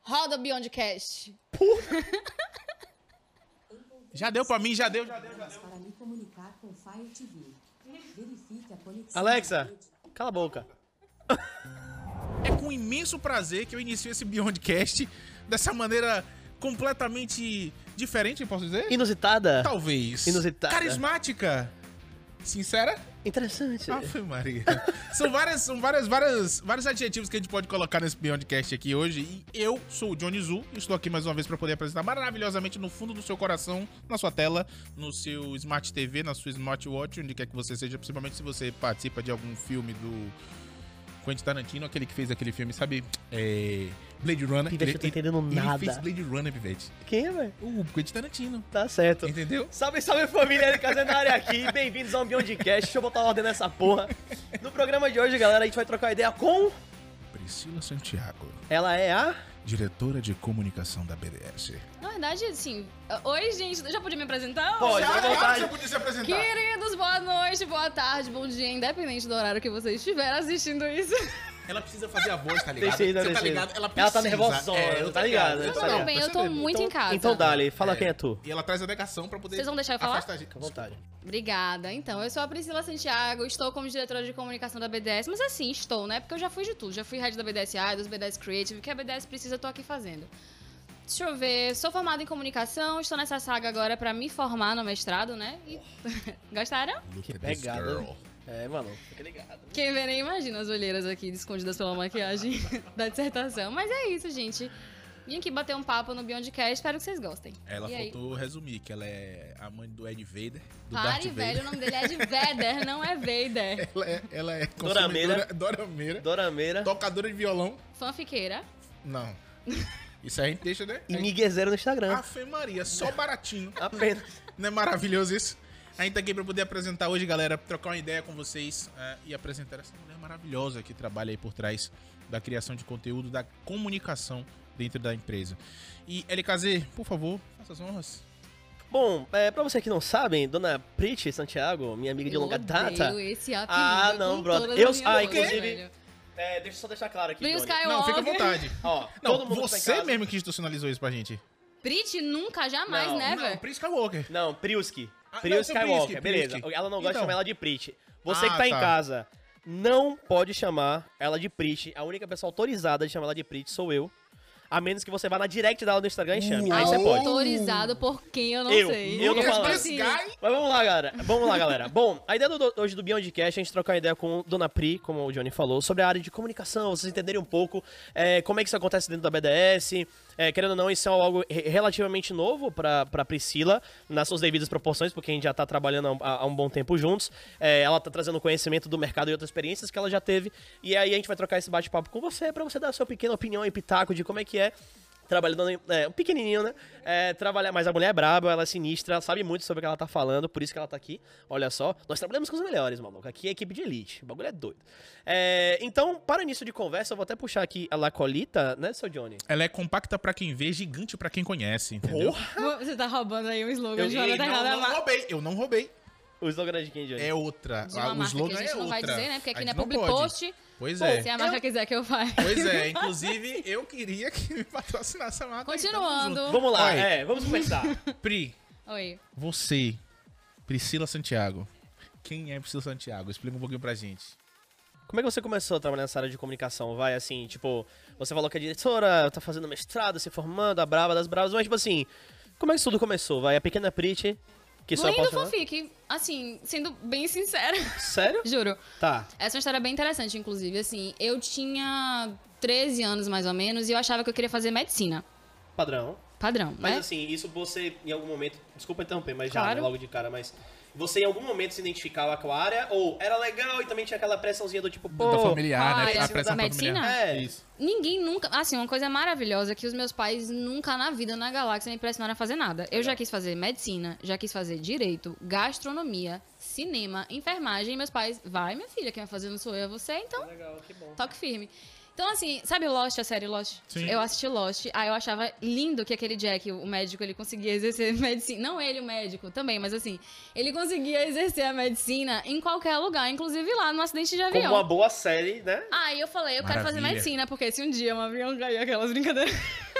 Roda Beyondcast. Já deu pra mim, já deu. Para me comunicar com Fire TV. Verifique a conexão. Alexa, cala a boca. É com imenso prazer que eu inicio esse Beyondcast dessa maneira completamente diferente, posso dizer? Inusitada? Talvez. Inusitada. Carismática. Sincera? Interessante. Ave Maria. São vários adjetivos que a gente pode colocar nesse Beyondcast aqui hoje. E eu sou o Johnny Zu e estou aqui mais uma vez para poder apresentar maravilhosamente no fundo do seu coração, na sua tela, no seu Smart TV, na sua Smartwatch, onde quer que você seja, principalmente se você participa de algum filme do Quentin Tarantino, aquele que fez aquele filme, sabe? Blade Runner. Pivete, eu tô entendendo nada. Ele fez Blade Runner, Pivete. Quem é, velho? O Quentin Tarantino. Tá certo. Entendeu? Salve, salve família, LKZ na área aqui, bem-vindos ao Beyondcast, deixa eu botar ordem nessa porra. No programa de hoje, galera, a gente vai trocar ideia com... Priscila Santiago, Ela é a... diretora de comunicação da BDS. Na verdade, assim... Oi, gente. Já podia me apresentar? Pode, à vontade. Você podia se apresentar. Queridos, boa noite, boa tarde, bom dia, independente do horário que vocês estiverem assistindo isso. Ela precisa fazer a voz, tá ligado? Precisa, Você tá precisa. ligado? Ela Ela tá precisa. nervosona, eu tá tô ligado? eu tô Tá Tudo ligado. bem, eu tô Percebendo. muito em casa. Então dá-lhe, fala quem é tu. E ela traz a negação pra poder... Vocês vão deixar eu falar? afastar a gente. Fica à vontade. Obrigada. Então, eu sou a Priscila Santiago, estou como diretora de comunicação da BDS, mas assim, estou, né? Porque eu já fui de tudo. Já fui head da BDS Idols, BDS Creative, o que a BDS precisa, eu tô aqui fazendo. Deixa eu ver, sou formada em comunicação, estou nessa saga agora pra me formar no mestrado, né? E... Gostaram? Look Que at this pegada. girl. É, mano, fica ligado. Quem vê nem imagina as olheiras aqui escondidas pela maquiagem da dissertação. Mas é isso, gente. Vim aqui bater um papo no Beyondcast, espero que vocês gostem. Ela E aí? faltou resumir que ela é a mãe do Ed Vader, do Pare, Darth velho, Vader. o nome dele é de Vader, não é Vader. Ela é Dorameira. Dorameira. Dorameira Tocadora de violão. Fanfiqueira. Não. Isso aí a gente deixa, né? e Miguezeiro no Instagram. Ave Maria, só baratinho. Apenas. Não é maravilhoso isso? A gente tá aqui pra poder apresentar hoje, galera, trocar uma ideia com vocês e apresentar essa mulher maravilhosa que trabalha aí por trás da criação de conteúdo, da comunicação dentro da empresa. E LKZ, por favor, faça as honras. Bom, pra você que não sabem, Dona Priti Santiago, minha amiga de longa data... Eu odeio esse apelido Ah, não, com brother. todas Eu- as minhas ah, forças, inclusive- velho. deixa eu só deixar claro aqui, Brilho Doni. Skywalker. Não, fica à vontade. Ó, Não, todo mundo que tá em você casa- mesmo que institucionalizou isso pra gente. Brit nunca, jamais, Não, never. Não, Pris Skywalker. Não, Priuski. Ah, Priuski não, Skywalker, Priuski, beleza. Priuski. Ela não gosta de Então. chamar ela de Prit. Você que Ah, tá em tá. casa, não pode chamar ela de Prit. A única pessoa autorizada de chamar ela de Prit sou eu. A menos que você vá na direct dela no Instagram e chame. Aí você pode. Autorizado por quem eu não Eu. sei. Eu tô Look at falando. this guy. Mas vamos lá, galera. Vamos lá, galera. Bom, a ideia hoje do Beyondcast é a gente trocar uma ideia com Dona Pri, como o Johnny falou, sobre a área de comunicação, vocês entenderem um pouco como é que isso acontece dentro da BDS. Querendo ou não, isso é algo relativamente novo pra Priscila, nas suas devidas proporções, porque a gente já tá trabalhando há um bom tempo juntos. Ela tá trazendo conhecimento do mercado e outras experiências que ela já teve. E aí a gente vai trocar esse bate-papo com você, pra você dar a sua pequena opinião e pitaco de como é que é trabalhando, um pequenininho, né? Trabalhar, mas a mulher é braba, ela é sinistra, ela sabe muito sobre o que ela tá falando, por isso que ela tá aqui. Olha só, nós trabalhamos com os melhores, maluco. Aqui é equipe de elite, o bagulho é doido. Então, para início de conversa, eu vou até puxar aqui a Lacolita, né, seu Johnny? Ela é compacta pra quem vê, gigante pra quem conhece, entendeu? Você tá roubando aí um slogan Eu- de uma Ei, determinada marca. eu não roubei. O slogan é de quem, Johnny? É outra. De uma O marca slogan que a é gente não vai outra. dizer, né? Porque A aqui não é gente não public pode. post. Pois Se é. a marca quiser que eu faça. Pois é, inclusive eu queria que me patrocinasse essa marca. aí, tamo Continuando. junto. Vamos lá, Oi. vamos começar. Pri, Oi. você, Priscila Santiago. Quem é Priscila Santiago? Explica um pouquinho pra gente. Como é que você começou a trabalhar nessa área de comunicação? Vai, assim, tipo, você falou que é diretora, tá fazendo mestrado, se formando, a brava das bravas, mas, tipo assim, como é que isso tudo começou? Vai, a pequena Priti, que só Lindo apaixonada... fanfic. Assim, sendo bem sincera. Sério? Juro. Tá. Essa é uma história bem interessante, inclusive. Assim, eu tinha 13 anos, mais ou menos, e eu achava que eu queria fazer medicina. Padrão. Padrão, Mas né? assim, isso você, em algum momento... Desculpa interromper, mas já, Claro. né, logo de cara, mas... Você em algum momento se identificava com a área? Ou era legal e também tinha aquela pressãozinha do tipo, pô... Da familiar, né? área A pressão da medicina? familiar. É. Isso. Ninguém nunca... Assim, uma coisa maravilhosa é que os meus pais nunca na vida, na galáxia, me pressionaram a fazer nada. Eu já quis fazer medicina, já quis fazer direito, gastronomia, cinema, enfermagem. E meus pais, vai, minha filha, quem vai fazer não sou eu, é você, então Legal, que bom. toque firme. Então, assim, sabe Lost, a série Lost? Sim. Eu assisti Lost. Aí eu achava lindo que aquele Jack, o médico, ele conseguia exercer medicina. Não ele, o médico, também, mas assim, ele conseguia exercer a medicina em qualquer lugar, inclusive lá no acidente de avião. Como uma boa série, né? Aí eu falei, eu quero fazer Maravilha. medicina, porque se um dia um avião cair, aquelas brincadeiras.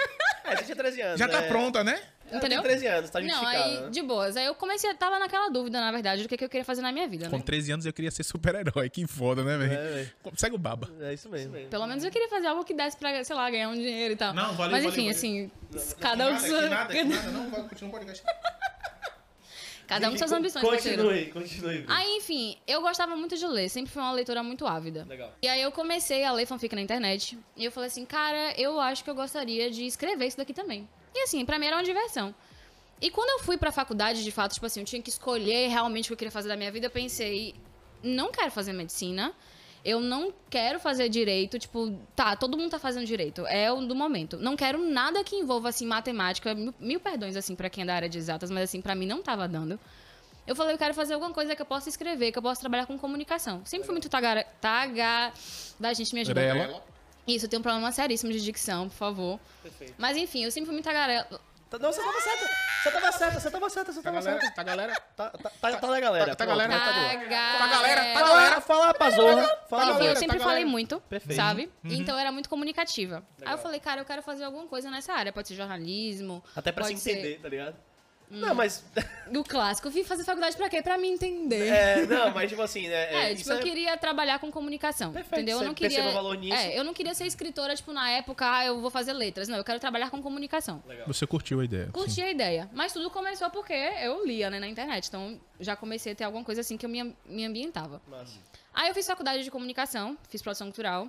Você tinha 13 anos. Já tá pronta, né? Entendeu? Tem 13 anos, tá Não, justificado. aí, Né? de boas. Aí eu tava naquela dúvida, na verdade, do que eu queria fazer na minha vida, Com né? 13 anos eu queria ser super-herói. Que foda, né, É, velho? velho. Segue o baba. É isso mesmo. Pelo menos eu queria fazer algo que desse pra, sei lá, ganhar um dinheiro e tal. Não, valeu, Mas valeu, enfim, valeu. assim, cada um com suas... Não, vai continuar o podcast. Cada um com suas ambições, parceiro. Continue. Aí, enfim, eu gostava muito de ler, sempre fui uma leitora muito ávida. Legal. E aí eu comecei a ler fanfic na internet, e eu falei assim, cara, eu acho que eu gostaria de escrever isso daqui também. E assim, pra mim era uma diversão. E quando eu fui pra faculdade, de fato, tipo assim, eu tinha que escolher realmente o que eu queria fazer da minha vida, eu pensei, não quero fazer medicina, eu não quero fazer direito, tipo, tá, todo mundo tá fazendo direito, é o do momento. Não quero nada que envolva, assim, matemática, mil perdões, assim, pra quem é da área de exatas, mas assim, pra mim não tava dando. Eu falei, eu quero fazer alguma coisa que eu possa escrever, que eu possa trabalhar com comunicação. Sempre fui muito da gente me ajuda. Ela. Isso, eu tenho um problema seríssimo de dicção, por favor. Perfeito. Mas enfim, eu sempre fui muito tagarela. Não, você tava certa. Você tava certa. Tá, galera? Tá, galera? Tá na galera. Tá, Pronto, galera? tá de boa. Tá, galera? Fala pra zorra. Fala, Enfim, eu galera, sempre tá, falei galera. muito, Perfeito. sabe? Então eu era muito comunicativa. Aí Legal. eu falei, cara, eu quero fazer alguma coisa nessa área. Pode ser jornalismo. Até pra se pode ser entender, tá ligado? Não, mas... O clássico. Eu vim fazer faculdade pra quê? Pra me entender. Não, mas tipo assim, né? Tipo, eu queria trabalhar com comunicação, Perfeito, entendeu? Eu você não queria... percebeu valor nisso. eu não queria ser escritora, tipo, na época, eu vou fazer letras. Não, eu quero trabalhar com comunicação. Legal. Você curtiu a ideia. Curti a ideia. Mas tudo começou porque eu lia, né, na internet. Então, já comecei a ter alguma coisa assim que eu me ambientava. Massa. Aí eu fiz faculdade de comunicação, fiz produção cultural.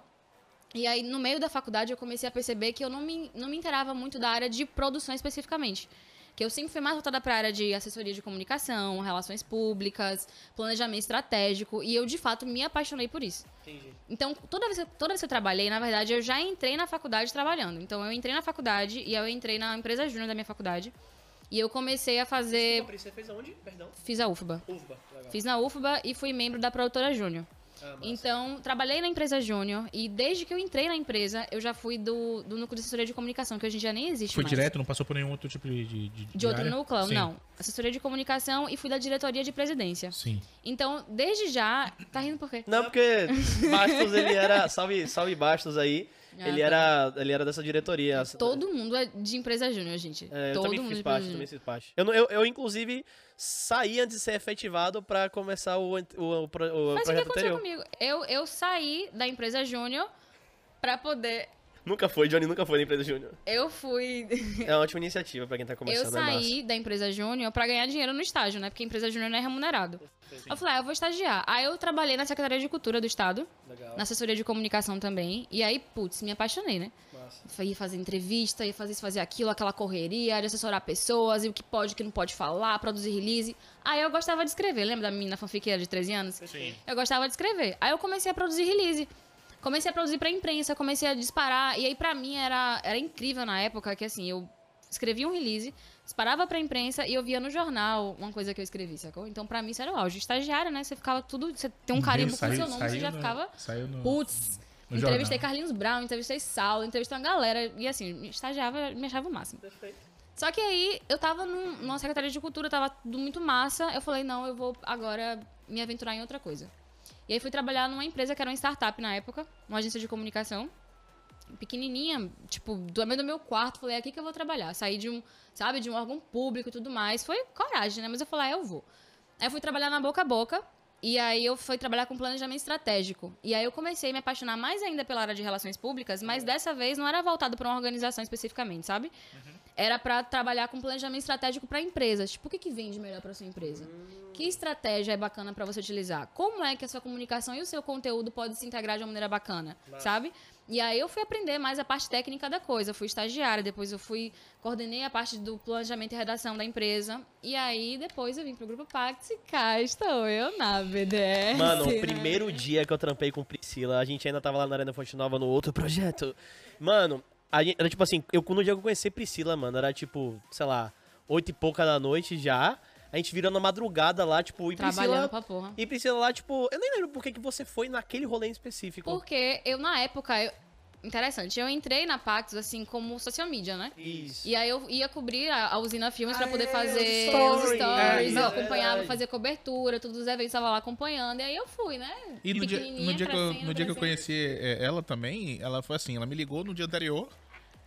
E aí, no meio da faculdade, eu comecei a perceber que eu não me inteirava muito da área de produção especificamente. Que eu sempre fui mais voltada para a área de assessoria de comunicação, relações públicas, planejamento estratégico. E eu, de fato, me apaixonei por isso. Entendi. Então, toda vez que eu trabalhei, na verdade, eu já entrei na faculdade trabalhando. Então, eu entrei na faculdade e eu entrei na empresa júnior da minha faculdade. E eu comecei a fazer... Desculpa, você fez aonde? Perdão? Fiz a UFBA. UFBA. Legal. Fiz na UFBA e fui membro da produtora júnior. Massa. Então, trabalhei na empresa júnior e desde que eu entrei na empresa, eu já fui do núcleo de assessoria de comunicação, que hoje em dia nem existe Foi mais. direto, não passou por nenhum outro tipo De outro área? núcleo? Sim. Não. Assessoria de comunicação e fui da diretoria de presidência. Sim. Então, desde já... Tá rindo por quê? Não, porque Bastos, ele era... Salve Bastos aí. Ah, Ele era dessa diretoria. Todo mundo é de empresa júnior, gente. Eu Todo também mundo fiz de parte, empresa também júnior. fiz parte. Eu, inclusive, saí antes de ser efetivado pra começar o Mas o que projeto aconteceu anterior. comigo? Eu saí da empresa júnior pra poder... Johnny nunca foi na empresa júnior. Eu fui... É uma ótima iniciativa pra quem tá Eu começando, é massa. saí da empresa júnior pra ganhar dinheiro no estágio, né? Porque a empresa júnior não é remunerado. Eu falei, eu vou estagiar. Aí eu trabalhei na Secretaria de Cultura do Estado, Legal. na assessoria de comunicação também. E aí, putz, me apaixonei, né? Massa. Ia fazer entrevista, ia fazer isso, fazer aquilo, aquela correria de assessorar pessoas, e o que pode, o que não pode falar, produzir release. Aí eu gostava de escrever. Lembra da menina fanfiqueira de 13 anos? Sim. Eu gostava de escrever. Aí eu comecei a produzir release. Comecei a produzir pra imprensa, comecei a disparar. E aí, pra mim, era incrível na época que, assim, eu escrevia um release, disparava pra imprensa e eu via no jornal uma coisa que eu escrevi, sacou? Então, pra mim, isso era o auge. Estagiária, né? Você ficava tudo... Você tem um carimbo com seu nome, você já ficava... Saiu no... Putz, no entrevistei jornal. Carlinhos Brown, entrevistei Saulo, entrevistei uma galera. E, assim, estagiava, me achava o máximo. Perfeito. Só que aí, eu tava numa secretaria de cultura, tava tudo muito massa. Eu falei, não, eu vou agora me aventurar em outra coisa. E aí fui trabalhar numa empresa que era uma startup na época, uma agência de comunicação, pequenininha, tipo, do meio do meu quarto. Falei, é aqui que eu vou trabalhar. Saí de um órgão público e tudo mais. Foi coragem, né? Mas eu falei, eu vou. Aí eu fui trabalhar na Boca a Boca. E aí eu fui trabalhar com planejamento estratégico. E aí eu comecei a me apaixonar mais ainda pela área de relações públicas, mas dessa vez não era voltado para uma organização especificamente, sabe? Era para trabalhar com planejamento estratégico para empresas. Tipo, o que vende melhor para sua empresa? Que estratégia é bacana para você utilizar? Como é que a sua comunicação e o seu conteúdo podem se integrar de uma maneira bacana, sabe? E aí eu fui aprender mais a parte técnica da coisa. Eu fui estagiária, depois eu coordenei a parte do planejamento e redação da empresa. E aí depois eu vim pro Grupo Pactos e cá estou eu na BDS. Mano, né? o primeiro dia que eu trampei com Priscila, a gente ainda tava lá na Arena Fonte Nova no outro projeto. Mano, era tipo assim, no dia que eu conheci Priscila, mano, era tipo, sei lá, 8 e pouca da noite já. A gente virando a madrugada lá, tipo, e Trabalhando Priscila... pra porra. E Priscila lá, tipo, eu nem lembro por que você foi naquele rolê em específico. Porque eu, na época, interessante, eu entrei na Pactos, assim, como social media, né? Isso. E aí eu ia cobrir a Usina Filmes pra poder fazer story. os stories, É, eu acompanhava, verdade. fazia cobertura, todos os eventos tava lá acompanhando, e aí eu fui, né? E no dia, Pequenininha, no dia que eu crescendo. conheci ela também, ela foi assim, ela me ligou no dia anterior,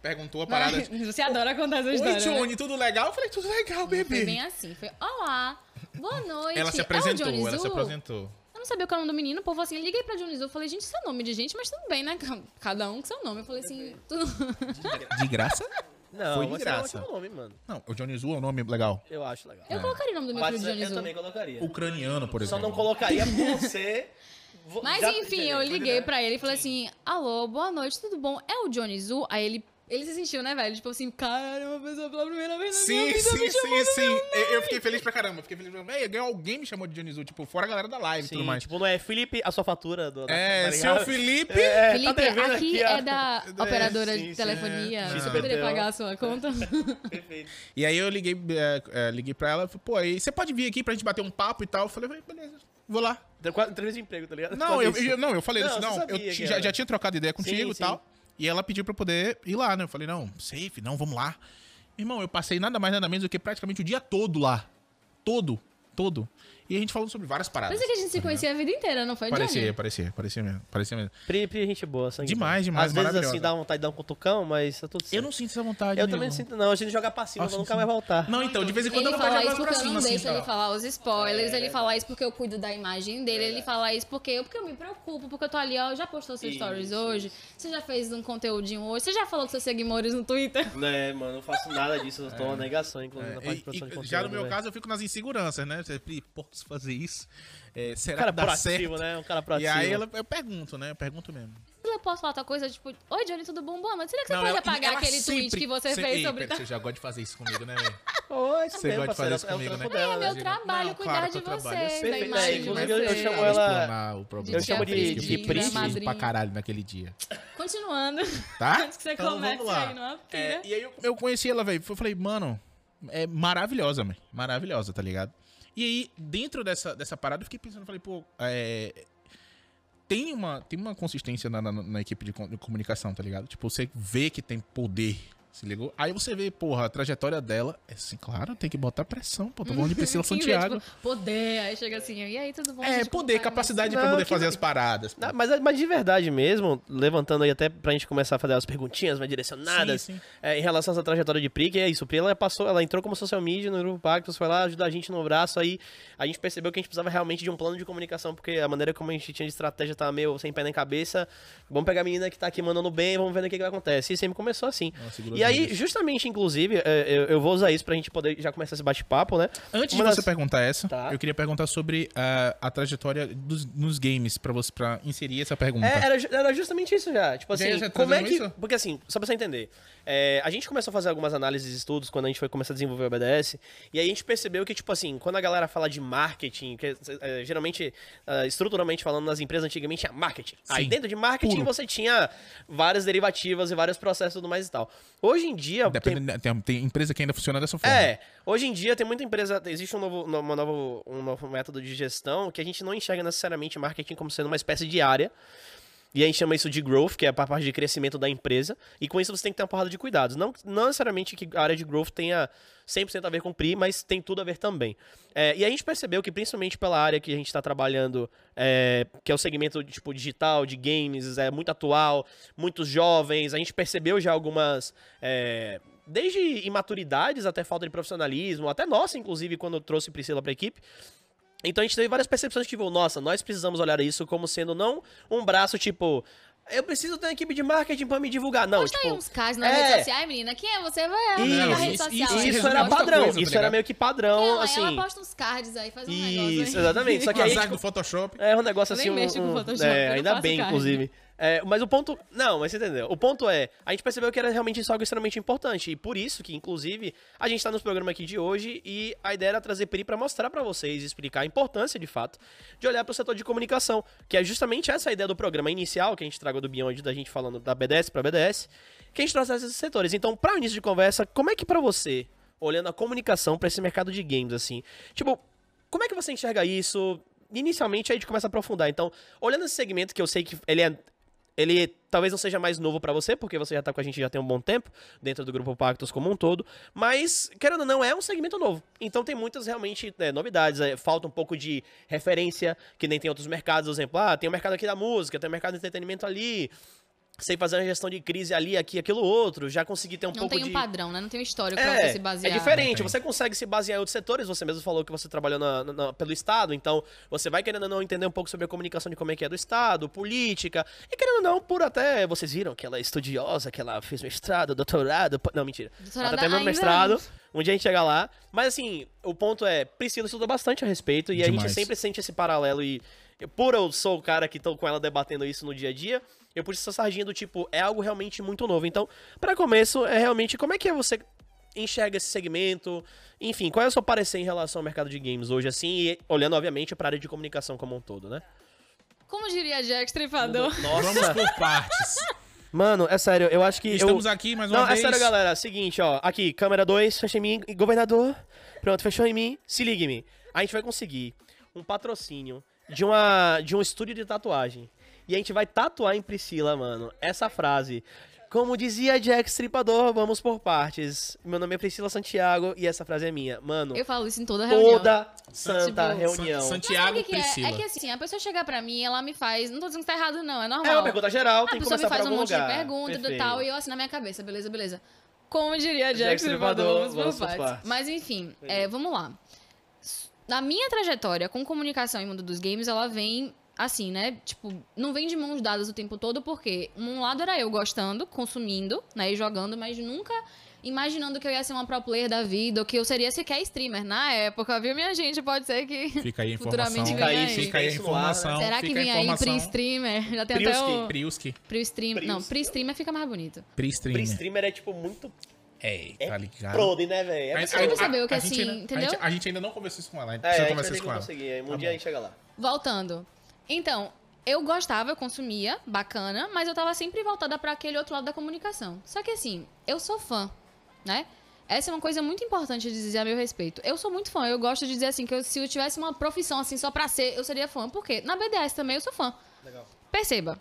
perguntou a parada. Você adora contar essa Oi, história. Johnny, tudo legal? Eu falei, tudo legal, Foi bebê. bem assim. Foi, olá, boa noite. Ela se É o apresentou, Johnny ela se Zu? apresentou. Eu não sabia o nome do menino, o povo assim, eu liguei pra Johnny Zu, eu falei, gente, isso é nome de gente, mas tudo bem, né? Cada um com seu nome. Eu falei assim, tudo... De graça? Não, Foi de você graça. não é o nome, mano. Não, o Johnny Zu é um nome legal. Eu acho legal. Eu colocaria o nome do meu filho de Johnny Eu Zu. também colocaria. Ucraniano, por Só exemplo. não colocaria por você... Mas Já- enfim, eu liguei pra ele e falei assim, alô, boa noite, tudo bom? É o Johnny Zu? Aí ele se sentiu, né, velho? Tipo assim, cara, uma pessoa pela primeira vez na minha vida me chamou do meu nome. Eu fiquei feliz pra caramba. Fiquei feliz pra caramba. Alguém me chamou de Johnny Zu, tipo, fora a galera da live e Sim, tudo mais. tipo, não é Felipe, a sua fatura do... É, tá seu ligado? Felipe. Felipe, tá devendo aqui ó. é da operadora sim, de sim. telefonia. É. Você Não. poderia pagar a sua conta? Perfeito. E aí eu liguei pra ela, falei, pô, aí você pode vir aqui pra gente bater um papo e tal? Eu falei, beleza, vou lá. Deu quase entrevista de emprego, tá ligado? Não, Quase eu isso. falei Não, isso, você não, sabia eu que já, era. já tinha trocado ideia contigo Sim, e tal. E ela pediu pra eu poder ir lá, né? Eu falei, não, safe, não, vamos lá. Irmão, eu passei nada mais, nada menos do que praticamente o dia todo lá. Todo. E a gente falou sobre várias paradas. Parece que a gente se conhecia a vida inteira, não foi, Johnny? Parecia mesmo. Pri, gente boa, sangue Demais, bom. demais, Às vezes maravilhosa. assim dá vontade de dar um cutucão, mas tá tudo certo. Eu não sinto essa vontade, Eu nego. também não sinto, não. A gente joga passivo, Nossa, pra nunca sim. mais voltar. Não, então, de vez em quando Ele eu fala jogo isso pra porque eu cima, não assim, deixo ele tá? falar os spoilers, ele fala isso porque eu cuido da imagem dele, ele fala isso porque eu me preocupo, porque eu tô ali, ó, já postou seus stories hoje, você já fez um conteúdinho hoje, você já falou com seus seguidores no Twitter. Né, mano, não faço nada disso. Eu tô uma negação, inclusive, na parte de produção de conteúdo. Já no meu velho. caso, eu fico nas inseguranças, né? Pri, posso fazer isso? Será Cara que dá proativo, certo? né? Um cara E proativo. aí eu pergunto, né? Eu pergunto mesmo. Eu posso falar outra coisa, tipo, oi Johnny, tudo bom? Boa noite. Será que você Não, pode ela- apagar ela aquele tweet sempre- que você sempre- fez Ei, sobre... pera, você já gosta de fazer isso comigo, né, velho? Oh, isso Você mesmo, gosta de fazer parceiro, isso é o comigo, trampo né? dela, É meu né? trabalho Não, cuidar claro de que eu você, trabalho. Eu sei, da perfeito. imagem de Inclusive, você. eu chamo Vou ela- explanar o problema. eu chamo de Eu fiquei Pri. preciso pra caralho naquele dia. Continuando, Tá? antes que você Então, comece vamos lá. aí numa É, pira. e aí eu conheci ela, velho. Eu falei, mano, é maravilhosa, mano. Maravilhosa, tá ligado? E aí, dentro dessa parada, eu fiquei pensando, falei, pô, tem uma consistência na equipe de comunicação, tá ligado? Tipo, você vê que tem poder, se ligou? Aí você vê, porra, a trajetória dela, é assim, claro, tem que botar pressão, pô, tô falando de Priscila Que vê, Santiago. tipo, poder, aí chega assim, e aí, tudo bom? É, gente, como poder, vai? capacidade Não, pra poder que fazer vai- as paradas. pô. Não, mas de verdade mesmo, levantando aí até pra gente começar a fazer as perguntinhas mais direcionadas Sim, sim. em relação a essa trajetória de Pri, que é isso. Pri, ela entrou como social media no Grupo Pactos, foi lá ajudar a gente no braço, aí a gente percebeu que a gente precisava realmente de um plano de comunicação, porque a maneira como a gente tinha de estratégia tava meio sem pé nem cabeça. Vamos pegar a menina que tá aqui mandando bem, vamos ver o que acontece. E sempre começou assim. Ela segurou E as aí, rédeas. justamente, inclusive, eu vou usar isso pra gente poder já começar esse bate-papo, né? Antes Uma de você das- perguntar essa, Tá. eu queria perguntar sobre a trajetória nos games, pra inserir essa pergunta. Era justamente isso já. Tipo assim, Já como é trazendo que. isso? Porque assim, só pra você entender. A gente começou a fazer algumas análises e estudos quando a gente foi começar a desenvolver o BDS. E aí a gente percebeu que, tipo assim, quando a galera fala de marketing, que geralmente, estruturalmente falando, nas empresas antigamente tinha marketing. Aí Sim, dentro de marketing puro. você tinha várias derivativas e vários processos e tudo mais e tal. Hoje em dia. Tem empresa que ainda funciona dessa forma. Hoje em dia tem muita empresa, existe um novo método de gestão que a gente não enxerga necessariamente marketing como sendo uma espécie de área. E a gente chama isso de growth, que é a parte de crescimento da empresa. E com isso você tem que ter uma porrada de cuidados. Não necessariamente que a área de growth tenha 100% a ver com PRI, mas tem tudo a ver também. E a gente percebeu que, principalmente pela área que a gente está trabalhando, que é o segmento tipo digital, de games, é muito atual, muitos jovens, a gente percebeu já algumas... desde imaturidades até falta de profissionalismo, até nossa, inclusive, quando eu trouxe Priscila para a equipe. Então a gente teve várias percepções, tipo, nossa, nós precisamos olhar isso como sendo não um braço, tipo, eu preciso ter uma equipe de marketing pra me divulgar. Não, Posta tipo... aí uns casos nas redes sociais, menina. Quem é você? Vai Isso, na rede isso- social. isso aí. Isso resume era muita padrão, coisa, tá isso era ligado? meio que padrão, Ela, assim... ela posta uns cards aí, faz um negócio Isso, aí. exatamente. Só que aí, Azar tipo, do Photoshop. é um negócio Eu assim... nem mexo com Photoshop, eu não ainda faço bem, card. inclusive. Mas o ponto... Não, mas você entendeu. O ponto é, a gente percebeu que era realmente isso algo extremamente importante. E por isso que, inclusive, a gente tá nos programas aqui de hoje e a ideia era trazer Pri pra mostrar pra vocês, explicar a importância, de fato, de olhar pro setor de comunicação. Que é justamente essa a ideia do programa inicial, que a gente tragou do Beyond, da gente falando da BDS pra BDS, que a gente trouxe esses setores. Então, pra o início de conversa, como é que pra você, olhando a comunicação pra esse mercado de games, assim, tipo, como é que você enxerga isso? Inicialmente, aí a gente começa a aprofundar. Então, olhando esse segmento, que eu sei que ele talvez não seja mais novo pra você, porque você já tá com a gente já tem um bom tempo, dentro do Grupo Pactos como um todo, mas, querendo ou não, é um segmento novo. Então tem muitas realmente novidades, falta um pouco de referência, que nem tem outros mercados, por exemplo, tem o mercado aqui da música, tem o mercado do entretenimento ali, sei fazer uma gestão de crise ali, aqui, aquilo outro, já consegui ter um Não pouco tem de... um padrão, né? Não tem um histórico pra você se basear. É diferente, Não tem. você consegue se basear em outros setores, você mesmo falou que você trabalhou pelo Estado, então você vai querendo ou não entender um pouco sobre a comunicação de como é que é do Estado, política, e querendo ou não, por até, vocês viram que ela é estudiosa, que ela fez mestrado, doutorado, não, mentira. Doutorado Ela tá terminando ainda mestrado, não. um dia a gente chega lá, mas assim, o ponto é, Priscila estuda bastante a respeito, e a gente Demais. sempre sente esse paralelo, e por eu sou o cara que tô com ela debatendo isso no dia a dia, eu puxo essa sardinha do tipo, é algo realmente muito novo. Então, pra começo, é realmente, como é que você enxerga esse segmento? Enfim, qual é o seu parecer em relação ao mercado de games hoje, assim, e olhando, obviamente, pra área de comunicação como um todo, né? Como diria Jack Stripador? Vamos Nossa, por partes. mano, é sério, eu acho que Estamos aqui mais uma Não, vez. é sério, galera, seguinte, ó, aqui, câmera 2, fecha em mim, governador, pronto, fechou em mim, se ligue em mim. A gente vai conseguir um patrocínio de um estúdio de tatuagem. E a gente vai tatuar em Priscila, mano, essa frase. Como dizia Jack Stripador, vamos por partes. Meu nome é Priscila Santiago e essa frase é minha. Mano, Eu falo isso em toda reunião. toda santa Tipo, reunião. Santiago Sabe o que é? Priscila. É que assim, a pessoa chegar pra mim, ela me faz... Não tô dizendo que tá errado, não, é normal. É uma pergunta geral, A tem que pessoa me começar por faz um algum monte lugar. de perguntas e Perfeito. tal, e eu assim na minha cabeça, beleza, beleza. Como diria Jack Jack Stripador, Stripador, vamos por vamos por partes. partes. Mas enfim, vamos lá. Na minha trajetória com comunicação e mundo dos games, ela vem assim, né? Tipo, não vem de mãos dadas o tempo todo, porque um lado era eu gostando, consumindo, né? E jogando, mas nunca imaginando que eu ia ser uma pro player da vida, ou que eu seria sequer streamer. Na época, viu, minha gente? Pode ser que Fica aí a informação. futuramente Fica aí, venha aí. Fica aí a Isso no ar, né? informação. Será que fica a vem aí informação. pre-streamer? Já tem até Priuski. o... Priuski. Pre-streamer. Não, Priuski. pre-streamer fica mais bonito. Pre-streamer. Streamer é, tipo, muito... É, tá ligado? Prode, né, velho? É Você percebeu que gente assim, ainda, entendeu? A gente ainda não conversou isso com ela. A gente É, precisa a gente conversar vai isso ter com que ela. conseguir. Um Tá dia a bom. gente chega lá. Voltando. Então, eu gostava, eu consumia, bacana, mas eu tava sempre voltada pra aquele outro lado da comunicação. Só que assim, eu sou fã, né? Essa é uma coisa muito importante de dizer a meu respeito. Eu sou muito fã, eu gosto de dizer assim, que se eu tivesse uma profissão assim só pra ser, eu seria fã. Por quê? Na BDS também eu sou fã. Legal. Perceba.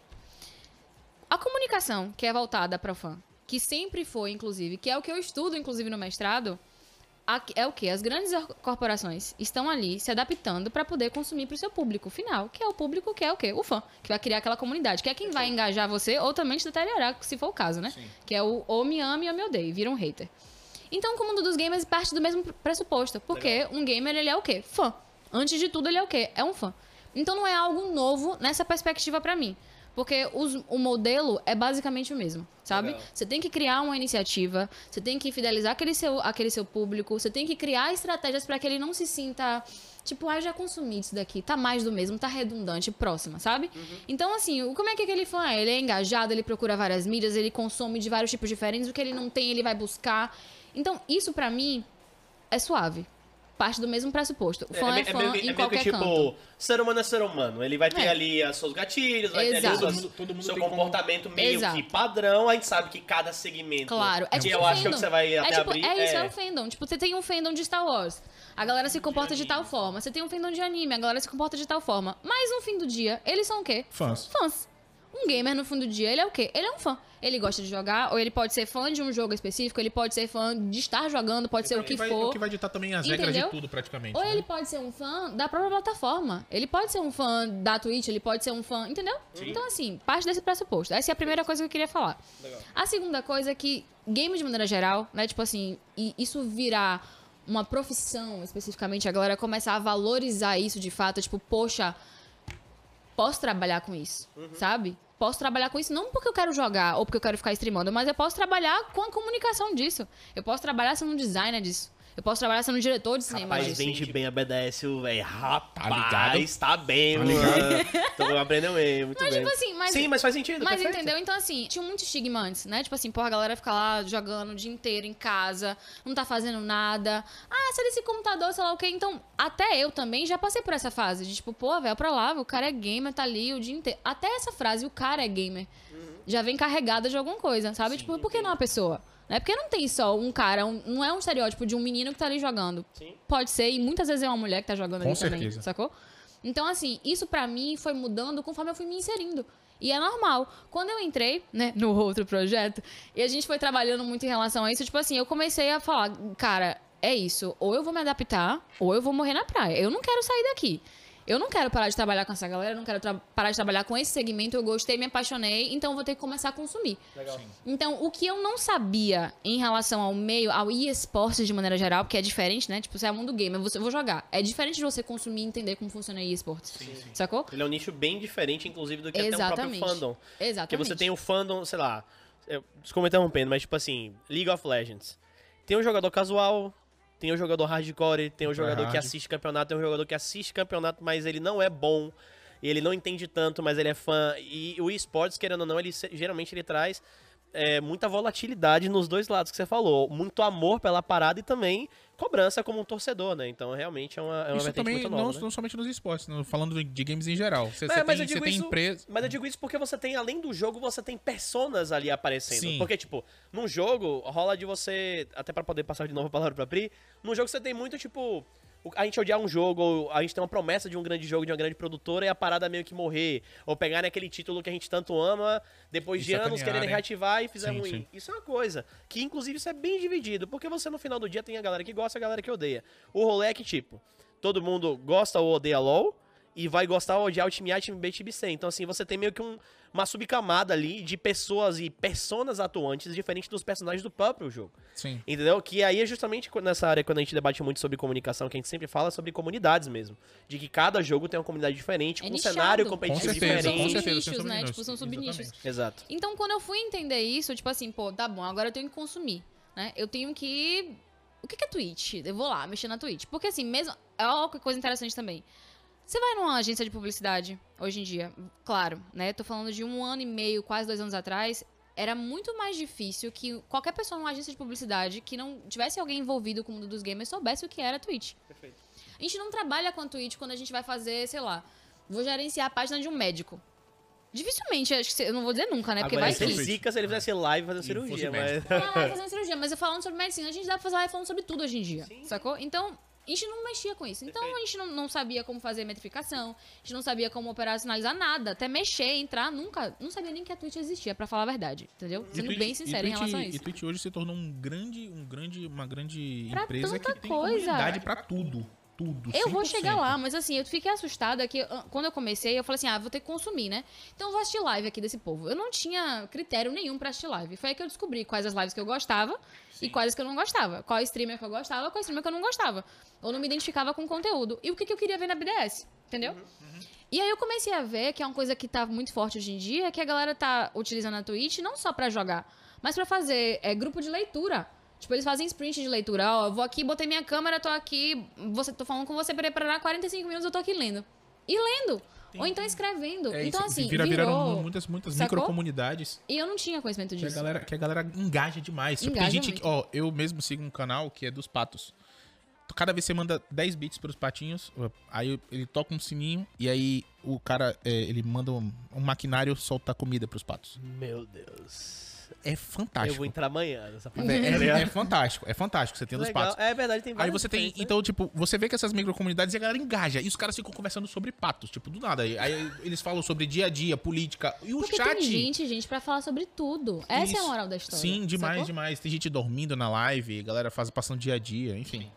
A comunicação que é voltada para o fã, que sempre foi, inclusive, que é o que eu estudo, inclusive, no mestrado, é o quê? As grandes corporações estão ali se adaptando para poder consumir para o seu público final, que é o público que é o quê? O fã, que vai criar aquela comunidade, que é quem vai engajar você ou também te deteriorar, se for o caso, né? Sim. Que é o ou me ame ou me odeie, vira um hater. Então, o mundo dos gamers parte do mesmo pressuposto, porque um gamer, ele é o quê? Fã. Antes de tudo, ele é o quê? É um fã. Então, não é algo novo nessa perspectiva para mim. Porque o modelo é basicamente o mesmo, sabe? Legal. Você tem que criar uma iniciativa, você tem que fidelizar aquele seu público, você tem que criar estratégias para que ele não se sinta, tipo, eu já consumi isso daqui, tá mais do mesmo, tá redundante, próxima, sabe? Então, assim, como é que aquele fã é? Ele é engajado, ele procura várias mídias, ele consome de vários tipos diferentes, o que ele não tem, ele vai buscar. Então, isso pra mim é suave. Parte do mesmo pressuposto. O fã é fã em qualquer tipo, canto. ser humano é ser humano. Ele vai ter É. ali os seus gatilhos, vai ter ali Exato. o Todo mundo seu tem como- comportamento meio Exato. que padrão. A gente sabe que cada segmento... Claro, é que tipo eu acho que é o fandom. que você vai até tipo, abrir. é isso, é o fandom. Tipo, você tem um fandom de Star Wars. A galera se comporta de tal forma. Você tem um fandom de anime, a galera se comporta de tal forma. Mas no fim do dia, eles são o quê? Fãs. Fãs. Um gamer, no fim do dia, ele é o quê? Ele é um fã. Ele gosta de jogar, ou ele pode ser fã de um jogo específico, ele pode ser fã de estar jogando, pode ser o que for. O que vai ditar também as regras de Entendeu? tudo, praticamente. Ou né? ele pode ser um fã da própria plataforma. Ele pode ser um fã da Twitch, ele pode ser um fã. Entendeu? Então, assim, parte desse pressuposto. Essa é a primeira coisa que eu queria falar. Legal. A segunda coisa é que, game de maneira geral, né? Tipo assim, e isso virar uma profissão especificamente, a galera começar a valorizar isso de fato. Tipo, poxa, posso trabalhar com isso, sabe? Posso trabalhar com isso não porque eu quero jogar ou porque eu quero ficar streamando, mas eu posso trabalhar com a comunicação disso. Eu posso trabalhar sendo um designer disso. Eu posso trabalhar sendo um diretor de cinema Rapaz, disso. vende bem a BDS, velho. Rapaz, ligado? tá bem, Tá mano. Tô aprendendo bem, muito Mas, bem. tipo assim, mas- Sim, mas faz sentido, Mas perfeito. entendeu? Então, assim, tinha muito estigma antes, né? Tipo assim, porra, a galera fica lá jogando o dia inteiro em casa, não tá fazendo nada. Ah, sai desse computador, sei lá o quê. Então, até eu também já passei por essa fase de tipo, pô, velho, pra lá, o cara é gamer, tá ali o dia inteiro. Até essa frase, o cara é gamer, já vem carregada de alguma coisa, sabe? Tipo, por que não uma pessoa? Né? Porque não tem só um cara, não é um estereótipo de um menino que tá ali jogando. Sim. Pode ser, e muitas vezes é uma mulher que tá jogando Com ali também, certeza. sacou? Então, assim, isso pra mim foi mudando conforme eu fui me inserindo. E é normal. Quando eu entrei, né, no outro projeto, e a gente foi trabalhando muito em relação a isso, tipo assim, eu comecei a falar, cara, é isso, ou eu vou me adaptar, ou eu vou morrer na praia. Eu não quero sair daqui. eu não quero parar de trabalhar com essa galera, eu não quero parar de trabalhar com esse segmento, eu gostei, me apaixonei, então eu vou ter que começar a consumir. Legal. Então, o que eu não sabia em relação ao meio, ao eSports de maneira geral, porque é diferente, né? Tipo, você é mundo gamer, eu vou jogar. É diferente de você consumir e entender como funciona eSports. Sacou? Ele é um nicho bem diferente, inclusive, do que até o próprio fandom. Exatamente. Porque você tem o fandom, sei lá, desculpa interrompendo, mas tipo assim, League of Legends. Tem um jogador casual, tem um jogador hardcore, tem um jogador que assiste campeonato, tem um jogador que assiste campeonato, mas ele não é bom, e ele não entende tanto, mas ele é fã. E o eSports, querendo ou não, geralmente ele traz muita volatilidade nos dois lados que você falou. Muito amor pela parada e também cobrança como um torcedor, né? Então, realmente é uma Isso vertente também muito nova, né? não somente nos esportes, falando de games em geral. Mas eu digo isso porque você tem, além do jogo, você tem personas ali aparecendo. Sim. Porque, tipo, num jogo, rola de você, até pra poder passar de novo a palavra pra Pri, num jogo você tem muito, tipo, a gente odiar um jogo, ou a gente tem uma promessa de um grande jogo, de uma grande produtora, e a parada meio que morrer. Ou pegarem aquele título que a gente tanto ama, depois de anos quererem reativar e fizer ruim. Sim. Isso é uma coisa que, inclusive, isso é bem dividido, porque você, no final do dia, tem a galera que gosta e a galera que odeia. O rolê é que, tipo, todo mundo gosta ou odeia LoL, e vai gostar ou odiar o time A, time B e time C. Então, assim, você tem meio que uma subcamada ali de pessoas e personas atuantes diferentes dos personagens do próprio jogo. Sim. Entendeu? Que aí é justamente nessa área, quando a gente debate muito sobre comunicação, que a gente sempre fala sobre comunidades mesmo. De que cada jogo tem uma comunidade diferente, com um cenário competitivo diferente. São nichos, né? Tipo, são subnichos. Exato. Então, quando eu fui entender isso, tipo assim, pô, tá bom, agora eu tenho que consumir, né? Eu tenho que... O que é Twitch? Eu vou lá, mexer na Twitch. Porque assim, mesmo... É uma coisa interessante também. Você vai numa agência de publicidade, hoje em dia, claro, né? Tô falando de 1 ano e meio, quase 2 anos atrás, era muito mais difícil que qualquer pessoa numa agência de publicidade que não tivesse alguém envolvido com o mundo dos gamers soubesse o que era a Twitch. Perfeito. A gente não trabalha com a Twitch quando a gente vai fazer, sei lá, vou gerenciar a página de um médico. Dificilmente, acho que eu não vou dizer nunca, né? Porque agora, vai que... zica se ele fizesse live fazendo cirurgia, mas... fazendo cirurgia, mas eu falando sobre medicina, a gente dá pra fazer live falando sobre tudo hoje em dia, sacou? Então... A gente não mexia com isso. Então, a gente não sabia como fazer metrificação, a gente não sabia como operacionalizar nada, até mexer, entrar, não sabia nem que a Twitch existia, pra falar a verdade, entendeu? Sendo bem sincero em relação a isso. E Twitch hoje se tornou uma grande pra empresa que tem coisa. comunidade pra tudo. Tudo, eu 100%. vou chegar lá, mas assim, eu fiquei assustada que quando eu comecei, eu falei assim, vou ter que consumir, né? Então eu vou assistir live aqui desse povo. Eu não tinha critério nenhum pra assistir live. Foi aí que eu descobri quais as lives que eu gostava e quais que eu não gostava. Qual streamer que eu gostava, qual streamer que eu não gostava. Ou não me identificava com o conteúdo. E o que eu queria ver na BDS, entendeu? E aí eu comecei a ver que é uma coisa que tá muito forte hoje em dia, que a galera tá utilizando a Twitch não só pra jogar, mas pra fazer grupo de leitura. Tipo, eles fazem sprint de leitura. Ó, eu vou aqui, botei minha câmera, tô aqui, tô falando com você pra preparar 45 minutos, eu tô aqui lendo. E lendo. Ou então escrevendo. Então, assim, viraram muitas microcomunidades. E eu não tinha conhecimento disso. Que a galera engaja demais. Tipo, tem gente que, eu mesmo sigo um canal que é dos patos. Cada vez você manda 10 bits pros patinhos, aí ele toca um sininho, e aí o cara, ele manda um maquinário soltar comida pros patos. Meu Deus. É fantástico. Eu vou entrar amanhã nessa parte. É fantástico. Você tem dos patos. É verdade, tem vários. Aí você tem, então, tipo, você vê que essas microcomunidades e a galera engaja. E os caras ficam conversando sobre patos, tipo, do nada. Aí eles falam sobre dia a dia, política. E o porque chat. Tem gente pra falar sobre tudo. Essa é a moral da história. Sim, demais. Tem gente dormindo na live, a galera passando dia a dia, enfim.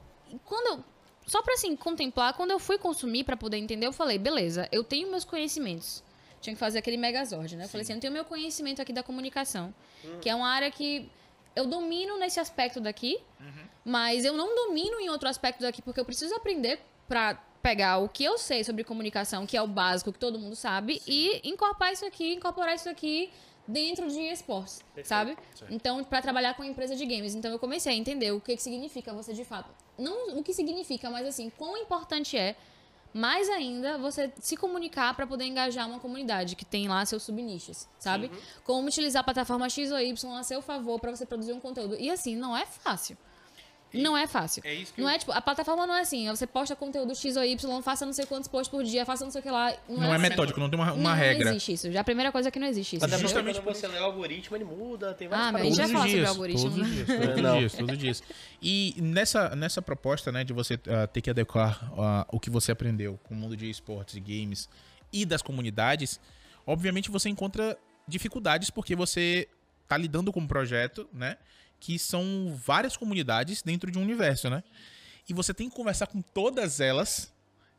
Só pra assim, contemplar, quando eu fui consumir pra poder entender, eu falei, beleza, eu tenho meus conhecimentos. Tinha que fazer aquele megazord, né? Eu falei assim, eu tenho meu conhecimento aqui da comunicação, que é uma área que eu domino nesse aspecto daqui, mas eu não domino em outro aspecto daqui, porque eu preciso aprender pra pegar o que eu sei sobre comunicação, que é o básico, que todo mundo sabe, e incorporar isso aqui dentro de esportes, sabe? Certo. Então, pra trabalhar com empresa de games. Então, eu comecei a entender o que significa você, de fato. Não o que significa, mas assim, quão importante é, mais ainda, você se comunicar para poder engajar uma comunidade que tem lá seus subnichos, sabe? Como utilizar a plataforma X ou Y a seu favor para você produzir um conteúdo. E assim, não é fácil. Não é fácil. É isso que não é tipo, a plataforma não é assim, você posta conteúdo X ou Y, faça não sei quantos posts por dia, faça não sei o que lá. Não é metódico, não tem uma regra. Não existe isso. Já a primeira coisa é que não existe isso. Até justamente quando você lê o algoritmo, ele muda, tem várias mas a gente vai falar sobre o algoritmo. Todos os dias. E nessa proposta, né, de você ter que adequar o que você aprendeu com o mundo de esportes e games e das comunidades, obviamente você encontra dificuldades porque você tá lidando com um projeto, né, que são várias comunidades dentro de um universo, né? E você tem que conversar com todas elas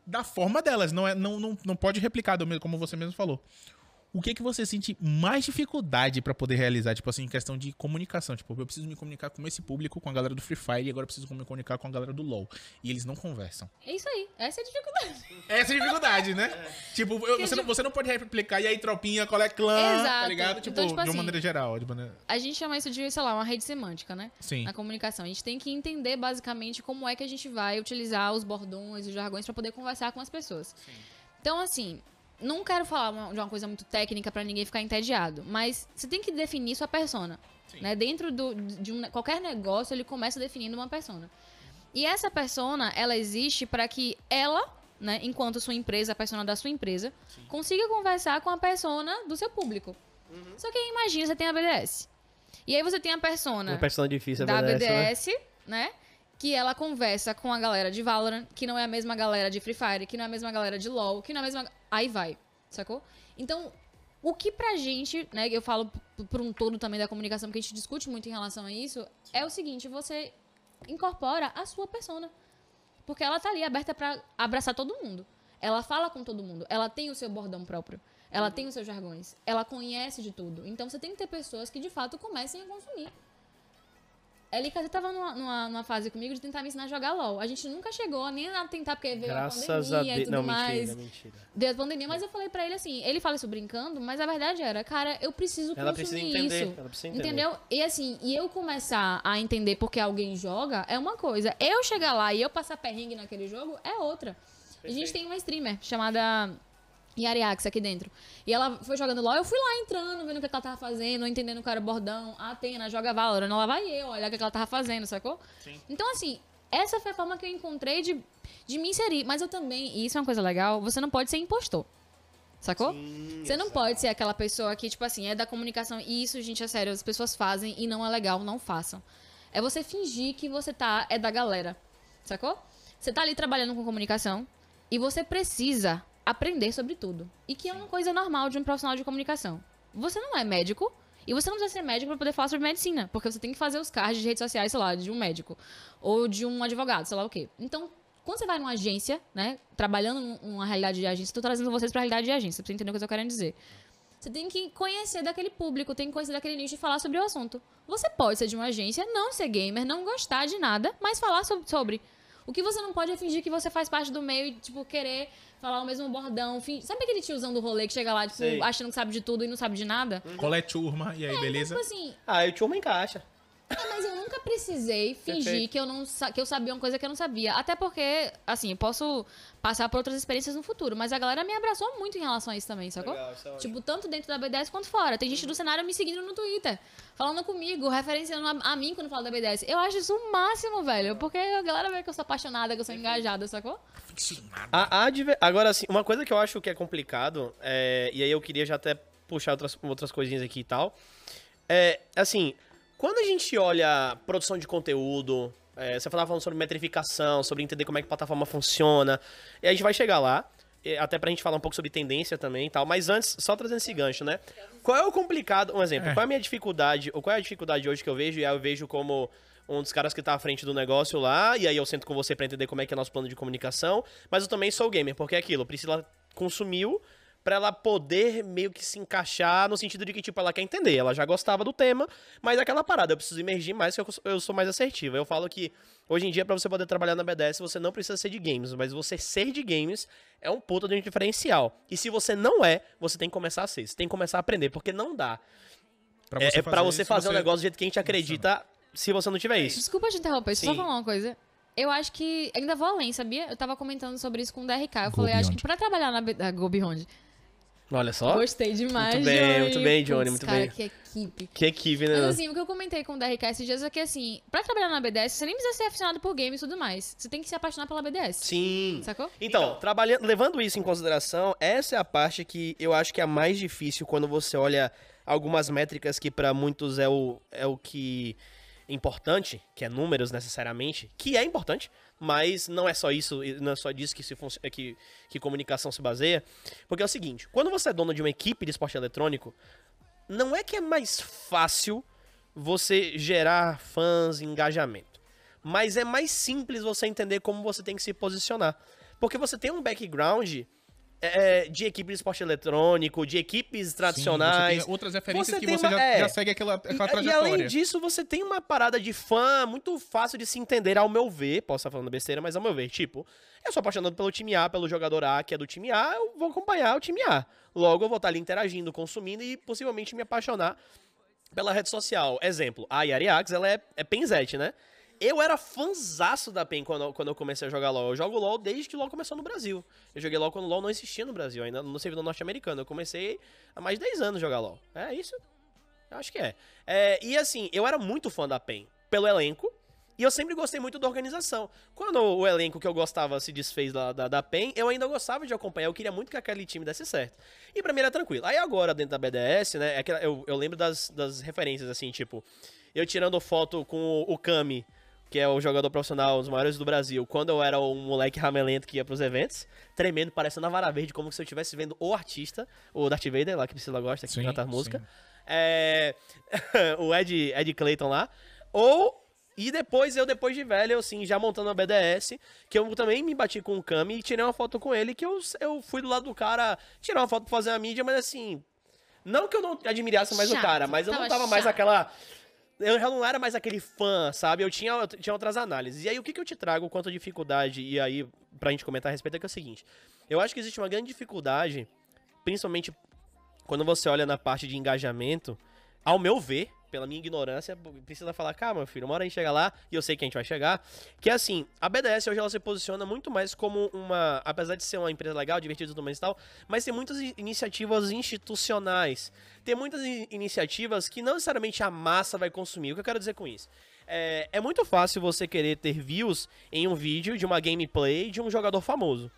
da forma delas, não pode replicar, como você mesmo falou. O que você sente mais dificuldade pra poder realizar, tipo assim, em questão de comunicação? Tipo, eu preciso me comunicar com esse público, com a galera do Free Fire, e agora eu preciso me comunicar com a galera do LoL. E eles não conversam. É isso aí, essa é a dificuldade. Essa é a dificuldade, né? Tipo, você não pode replicar, e aí tropinha, qual é clã, tá Exato. ligado? Tipo, Então, tipo de uma assim, maneira geral. A gente chama isso de, sei lá, uma rede semântica, né? Sim. Na comunicação. A gente tem que entender, basicamente, como é que a gente vai utilizar os bordões, os jargões pra poder conversar com as pessoas. Sim. Então, assim, não quero falar de uma coisa muito técnica pra ninguém ficar entediado, mas você tem que definir sua persona. Né? Dentro qualquer negócio, ele começa definindo uma persona. E essa persona, ela existe pra que ela, né, enquanto sua empresa, a persona da sua empresa, consiga conversar com a persona do seu público. Só que aí, imagina, você tem a BDS. E aí você tem a persona Uma persona difícil, da BDS, BDS, né? Que ela conversa com a galera de Valorant, que não é a mesma galera de Free Fire, que não é a mesma galera de LoL, que não é a mesma... Aí vai, sacou? Então, o que pra gente, né, eu falo por um todo também da comunicação, porque a gente discute muito em relação a isso, é o seguinte, você incorpora a sua persona. Porque ela tá ali aberta pra abraçar todo mundo. Ela fala com todo mundo, ela tem o seu bordão próprio, ela tem os seus jargões, ela conhece de tudo. Então, você tem que ter pessoas que, de fato, comecem a consumir. Ela tava numa fase comigo de tentar me ensinar a jogar LOL. A gente nunca chegou nem a tentar, porque veio Graças a pandemia a e tudo Não, mais. mentira. Deu a pandemia, mas eu falei pra ele assim, ele fala isso brincando, mas a verdade era, cara, eu preciso Ela consumir precisa entender, isso. ela precisa entender. Entendeu? E assim, e eu começar a entender porque alguém joga é uma coisa. Eu chegar lá e eu passar perrengue naquele jogo é outra. E a gente tem uma streamer chamada Yariax aqui dentro. E ela foi jogando LOL, eu fui lá entrando, vendo o que ela tava fazendo, entendendo qual era o bordão. A Atena joga Valorant, lá vai eu, olhar o que ela tava fazendo, sacou? Sim. Então, assim, essa foi a forma que eu encontrei de me inserir. Mas eu também, e isso é uma coisa legal, você não pode ser impostor. Sacou? Sim, você não pode ser aquela pessoa que, tipo assim, é da comunicação. E isso, gente, é sério, as pessoas fazem e não é legal, não façam. É você fingir que você é da galera. Sacou? Você tá ali trabalhando com comunicação e você precisa aprender sobre tudo. E que é uma coisa normal de um profissional de comunicação. Você não é médico e você não precisa ser médico para poder falar sobre medicina, porque você tem que fazer os cards de redes sociais, sei lá, de um médico ou de um advogado, sei lá o quê. Então, quando você vai numa agência, né, trabalhando numa realidade de agência, estou trazendo vocês para a realidade de agência, pra você entender o que eu tô querendo dizer. Você tem que conhecer daquele público, tem que conhecer daquele nicho e falar sobre o assunto. Você pode ser de uma agência, não ser gamer, não gostar de nada, mas falar sobre. O que você não pode é fingir que você faz parte do meio e, tipo, querer falar o mesmo bordão. Sabe aquele tiozão do rolê que chega lá, tipo, Sei. achando que sabe de tudo e não sabe de nada? Qual é turma? E aí, beleza? Então, tipo assim, o turma encaixa. mas eu nunca precisei fingir que eu sabia uma coisa que eu não sabia. Até porque, assim, eu posso passar por outras experiências no futuro. Mas a galera me abraçou muito em relação a isso também, sacou? Legal, isso é ótimo. Tipo, tanto dentro da B10 quanto fora. Tem gente do cenário me seguindo no Twitter, falando comigo, referenciando a mim quando falo da B10. Eu acho isso o máximo, velho. Porque a galera vê que eu sou apaixonada, que eu sou engajada, sacou? Agora, assim, uma coisa que eu acho que é complicado, e aí eu queria já até puxar outras coisinhas aqui e tal, assim, quando a gente olha produção de conteúdo, você estava falando sobre metrificação, sobre entender como é que a plataforma funciona, e a gente vai chegar lá, até pra gente falar um pouco sobre tendência também e tal, mas antes, só trazendo esse gancho, né? Qual é o complicado, um exemplo, qual é a minha dificuldade, ou qual é a dificuldade hoje que eu vejo, e aí eu vejo como um dos caras que tá à frente do negócio lá, e aí eu sento com você pra entender como é que é nosso plano de comunicação, mas eu também sou gamer, porque é aquilo, Priscila consumiu pra ela poder meio que se encaixar no sentido de que, tipo, ela quer entender, ela já gostava do tema, mas aquela parada, eu preciso emergir mais, que eu sou mais assertivo. Eu falo que, hoje em dia, pra você poder trabalhar na BDS, você não precisa ser de games, mas você ser de games é um puta de um diferencial. E se você não é, você tem que começar a ser, você tem que começar a aprender, porque não dá. Pra você fazer um negócio do jeito que a gente acredita, se você não tiver isso. Desculpa te interromper, Sim. só falar uma coisa. Eu acho que ainda vou além, sabia? Eu tava comentando sobre isso com o DRK. Eu Go falei, acho Beyond. que pra trabalhar na Go Beyond. Olha só. Gostei demais, Muito bem, Johnny, muito cara, bem. que equipe. Que equipe, né? Mas assim, o que eu comentei com o DRK esses dias é que, assim, pra trabalhar na BDS, você nem precisa ser aficionado por games e tudo mais. Você tem que se apaixonar pela BDS. Sim. Sacou? Então, levando isso em consideração, essa é a parte que eu acho que é a mais difícil quando você olha algumas métricas que pra muitos é o que é importante, que é números necessariamente, que é importante, mas não é só isso, não é só disso que comunicação se baseia. Porque é o seguinte, quando você é dono de uma equipe de esporte eletrônico, não é que é mais fácil você gerar fãs e engajamento, mas é mais simples você entender como você tem que se posicionar. Porque você tem um background de equipe de esporte eletrônico, de equipes tradicionais. Sim, você tem outras referências que tem você já segue aquela trajetória. E além disso, você tem uma parada de fã muito fácil de se entender, ao meu ver. Posso estar falando besteira, mas ao meu ver. Tipo, eu sou apaixonado pelo time A, pelo jogador A, que é do time A, eu vou acompanhar o time A. Logo, eu vou estar ali interagindo, consumindo e possivelmente me apaixonar pela rede social. Exemplo, a Yariax, ela é Penzete, né? Eu era fãzaço da PEN quando eu comecei a jogar LoL. Eu jogo LoL desde que o LoL começou no Brasil. Eu joguei LoL quando o LoL não existia no Brasil, ainda no servidor norte-americano. Eu comecei há mais de 10 anos a jogar LoL. É isso? Eu acho que é. E assim, eu era muito fã da PEN pelo elenco. E eu sempre gostei muito da organização. Quando o elenco que eu gostava se desfez da PEN, eu ainda gostava de acompanhar. Eu queria muito que aquele time desse certo. E pra mim era tranquilo. Aí agora, dentro da BDS, né, eu lembro das referências, assim, tipo... Eu tirando foto com o Kami, que é o jogador profissional, um dos maiores do Brasil, quando eu era um moleque ramelento que ia pros eventos, tremendo, parecendo a Vara Verde, como se eu estivesse vendo o artista, o Darth Vader, lá que Priscila gosta, que canta a música, o Ed Clayton lá, e depois de velho, assim, já montando a BDS, que eu também me bati com o Kami e tirei uma foto com ele, que eu fui do lado do cara, tirar uma foto pra fazer a mídia, mas assim, não que eu não admirasse mais o cara, mas eu não tava mais aquela... Eu já não era mais aquele fã, sabe? Eu tinha outras análises. E aí, o que eu te trago quanto à dificuldade, e aí, pra gente comentar a respeito, é que é o seguinte. Eu acho que existe uma grande dificuldade, principalmente quando você olha na parte de engajamento, ao meu ver, pela minha ignorância, precisa falar, cara, meu filho, uma hora a gente chega lá, e eu sei que a gente vai chegar, que é assim, a BDS hoje ela se posiciona muito mais como uma, apesar de ser uma empresa legal, divertida e tudo mais e tal, mas tem muitas iniciativas institucionais, tem muitas iniciativas que não necessariamente a massa vai consumir. O que eu quero dizer com isso? É muito fácil você querer ter views em um vídeo de uma gameplay de um jogador famoso.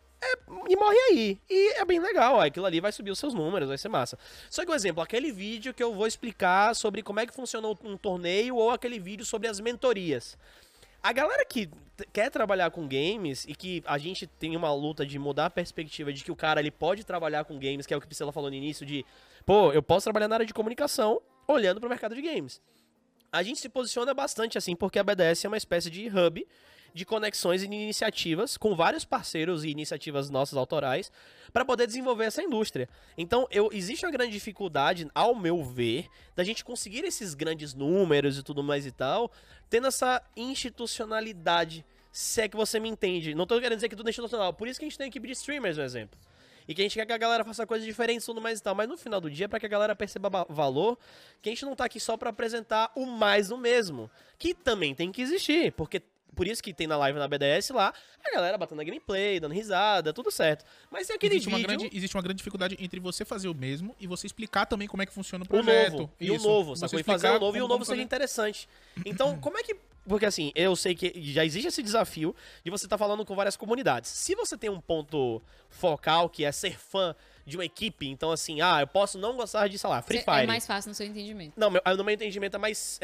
E morre aí. E é bem legal, aquilo ali vai subir os seus números, vai ser massa. Só que, por exemplo, aquele vídeo que eu vou explicar sobre como é que funciona um torneio, ou aquele vídeo sobre as mentorias. A galera que quer trabalhar com games e que a gente tem uma luta de mudar a perspectiva de que o cara ele pode trabalhar com games, que é o que a Priscila falou no início, de, pô, eu posso trabalhar na área de comunicação olhando pro mercado de games. A gente se posiciona bastante assim, porque a BDS é uma espécie de hub de conexões e iniciativas com vários parceiros e iniciativas nossas autorais para poder desenvolver essa indústria. Então, existe uma grande dificuldade, ao meu ver, da gente conseguir esses grandes números e tudo mais e tal, tendo essa institucionalidade, se é que você me entende. Não tô querendo dizer que tudo é institucional, por isso que a gente tem equipe de streamers, no exemplo. E que a gente quer que a galera faça coisas diferentes e tudo mais e tal. Mas no final do dia, para que a galera perceba valor, que a gente não tá aqui só para apresentar o mais do mesmo. Que também tem que existir, porque por isso que tem na live na BDS lá, a galera batendo a gameplay, dando risada, tudo certo. Mas tem aquele vídeo... Existe uma grande dificuldade entre você fazer o mesmo e você explicar também como é que funciona o projeto. O novo. E o novo, sacou? E fazer o novo e o novo seja interessante. Então, como é que... Porque assim, eu sei que já existe esse desafio de você estar falando com várias comunidades. Se você tem um ponto focal, que é ser fã de uma equipe, então assim, eu posso não gostar de, sei lá, Free Fire. É mais fácil no seu entendimento. Não, no meu entendimento é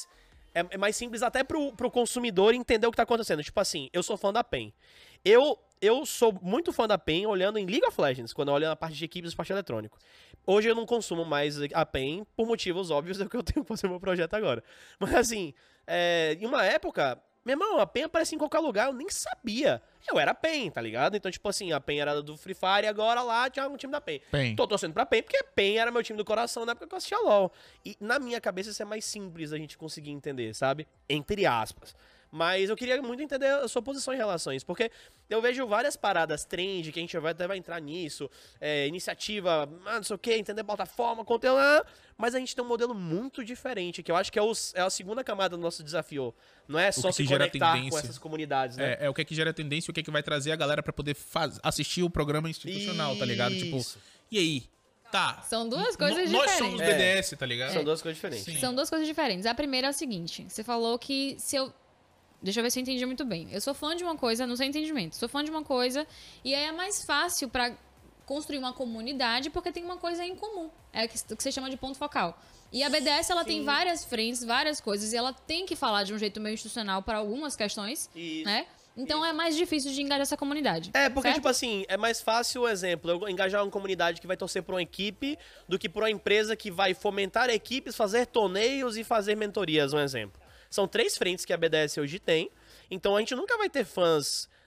mais simples até pro consumidor entender o que tá acontecendo. Tipo assim, eu sou fã da PEN. Eu sou muito fã da PEN olhando em League of Legends, quando eu olho na parte de equipes do esporte eletrônico. Hoje eu não consumo mais a PEN, por motivos óbvios, é que eu tenho que fazer meu projeto agora. Mas assim, em uma época, meu irmão, a PEN aparecia em qualquer lugar, eu nem sabia. Eu era PEN, tá ligado? Então, tipo assim, a PEN era do Free Fire e agora lá tinha um time da PEN. Tô torcendo pra PEN, porque PEN era meu time do coração na época que eu assistia LoL. E na minha cabeça isso é mais simples a gente conseguir entender, sabe? Entre aspas. Mas eu queria muito entender a sua posição em relação a isso, porque eu vejo várias paradas trend, que a gente até vai entrar nisso, iniciativa, não sei o que, entender plataforma, conteúdo, mas a gente tem um modelo muito diferente, que eu acho que é a segunda camada do nosso desafio. Não é só se conectar com essas comunidades, né? É o que é que gera tendência, o que é que vai trazer a galera pra poder assistir o programa institucional, tá ligado? Tipo, e aí? Tá. São duas coisas diferentes. Nós somos BDS, tá ligado? São duas coisas diferentes. Sim. São duas coisas diferentes. A primeira é o seguinte, você falou que Deixa eu ver se eu entendi muito bem. Eu sou fã de uma coisa, no seu entendimento. Sou fã de uma coisa e aí é mais fácil pra construir uma comunidade porque tem uma coisa em comum. É o que você chama de ponto focal. E a BDS, ela tem várias frentes, várias coisas e ela tem que falar de um jeito meio institucional para algumas questões, né? Então é mais difícil de engajar essa comunidade. Porque, certo? tipo assim, é mais fácil, exemplo, eu engajar uma comunidade que vai torcer por uma equipe do que por uma empresa que vai fomentar equipes, fazer torneios e fazer mentorias, um exemplo. São 3 frentes que a BDS hoje tem, então a gente nunca vai ter fãs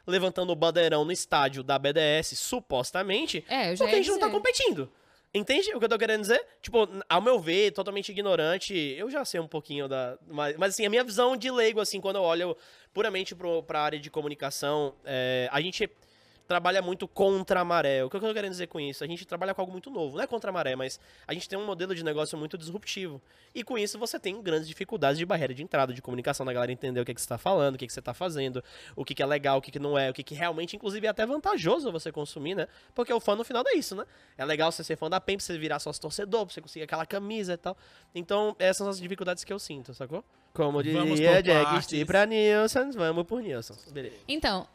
levantando o bandeirão no estádio da BDS, supostamente, Eu já porque a ia gente não tá dizer. competindo. Entende o que eu tô querendo dizer? Tipo, ao meu ver, totalmente ignorante, eu já sei um pouquinho da... Mas assim, a minha visão de leigo, assim, quando eu olho puramente pra área de comunicação, a gente trabalha muito contra a maré. O que eu tô querendo dizer com isso? A gente trabalha com algo muito novo. Não é contra a maré, mas a gente tem um modelo de negócio muito disruptivo. E com isso você tem grandes dificuldades de barreira de entrada, de comunicação, da galera entender o que você tá falando, o que você tá fazendo, o que é legal, o que não é, o que realmente, inclusive, é até vantajoso você consumir, né? Porque o fã, no final, é isso, né? É legal você ser fã da PEN, pra você virar sócio torcedor, pra você conseguir aquela camisa e tal. Então, essas são as dificuldades que eu sinto, sacou? Como Vamos diria por Jack partes. Steve pra Nilson, vamos por Nilson. Beleza. Então,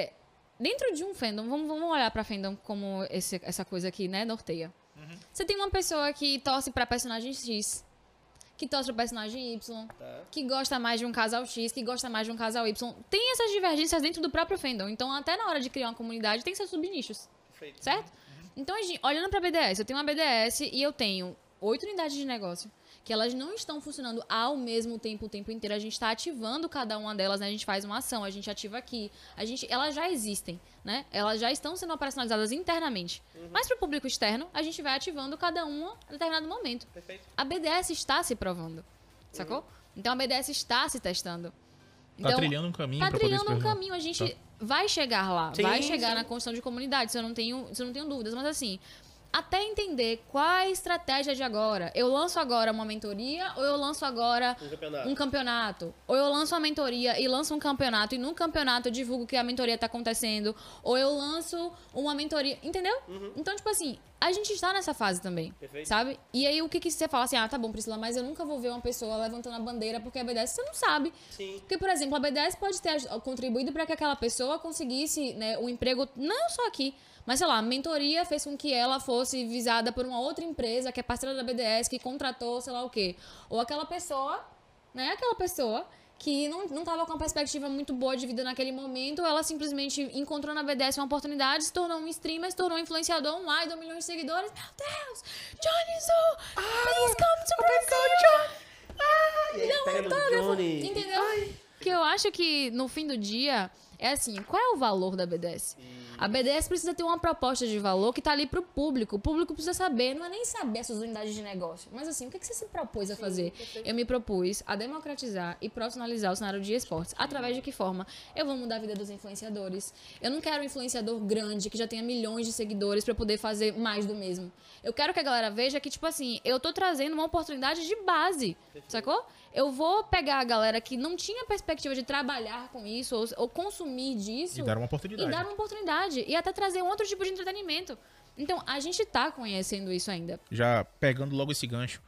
dentro de um fandom, vamos olhar pra fandom como essa coisa aqui, né, norteia. Você tem uma pessoa que torce pra personagem X, que torce pra personagem Y, que gosta mais de um casal X, que gosta mais de um casal Y. Tem essas divergências dentro do próprio fandom. Então, até na hora de criar uma comunidade, tem seus subnichos. Perfeito. Certo? Então, olhando pra BDS, eu tenho uma BDS e eu tenho 8 unidades de negócio, que elas não estão funcionando ao mesmo tempo, o tempo inteiro. A gente está ativando cada uma delas, né? A gente faz uma ação, a gente ativa aqui. Elas já existem, né? Elas já estão sendo operacionalizadas internamente. Mas para o público externo, a gente vai ativando cada uma a determinado momento. Perfeito. A BDS está se provando, sacou? Então a BDS está se testando. Tá trilhando um caminho Tá pra poder trilhando um experimentar. caminho, a gente vai chegar lá, Sim, vai chegar sim. na construção de comunidade, isso eu não tenho dúvidas, mas assim, até entender qual é a estratégia de agora. Eu lanço agora uma mentoria ou eu lanço agora um campeonato? Ou eu lanço uma mentoria e lanço um campeonato e no campeonato eu divulgo que a mentoria tá acontecendo? Ou eu lanço uma mentoria, entendeu? Então, tipo assim, a gente está nessa fase também, Perfeito. sabe? E aí o que você fala assim, tá bom, Priscila, mas eu nunca vou ver uma pessoa levantando a bandeira porque a BDS, você não sabe. Sim. Porque, por exemplo, a BDS pode ter contribuído para que aquela pessoa conseguisse, né, um emprego, não só aqui, mas, sei lá, a mentoria fez com que ela fosse visada por uma outra empresa que é parceira da BDS, que contratou, sei lá o quê. Ou aquela pessoa, né, que não tava com uma perspectiva muito boa de vida naquele momento, ela simplesmente encontrou na BDS uma oportunidade, se tornou um streamer, se tornou um influenciador, um idol, milhões de seguidores. Meu Deus! Johnny Zoo! Please come to Brazil! Não, pega no Johnny. Entendeu? Porque eu acho que, no fim do dia, é assim, qual é o valor da BDS? A BDS precisa ter uma proposta de valor que tá ali pro público. O público precisa saber, não é nem saber as suas unidades de negócio. Mas assim, o que você se propôs a fazer? Eu me propus a democratizar e profissionalizar o cenário de esportes. Através de que forma? Eu vou mudar a vida dos influenciadores. Eu não quero um influenciador grande, que já tenha milhões de seguidores pra poder fazer mais do mesmo. Eu quero que a galera veja que, tipo assim, eu tô trazendo uma oportunidade de base, sacou? Eu vou pegar a galera que não tinha perspectiva de trabalhar com isso ou consumir disso E dar uma oportunidade. e dar uma oportunidade. E até trazer um outro tipo de entretenimento. Então, a gente tá conhecendo isso ainda. Já pegando logo esse gancho,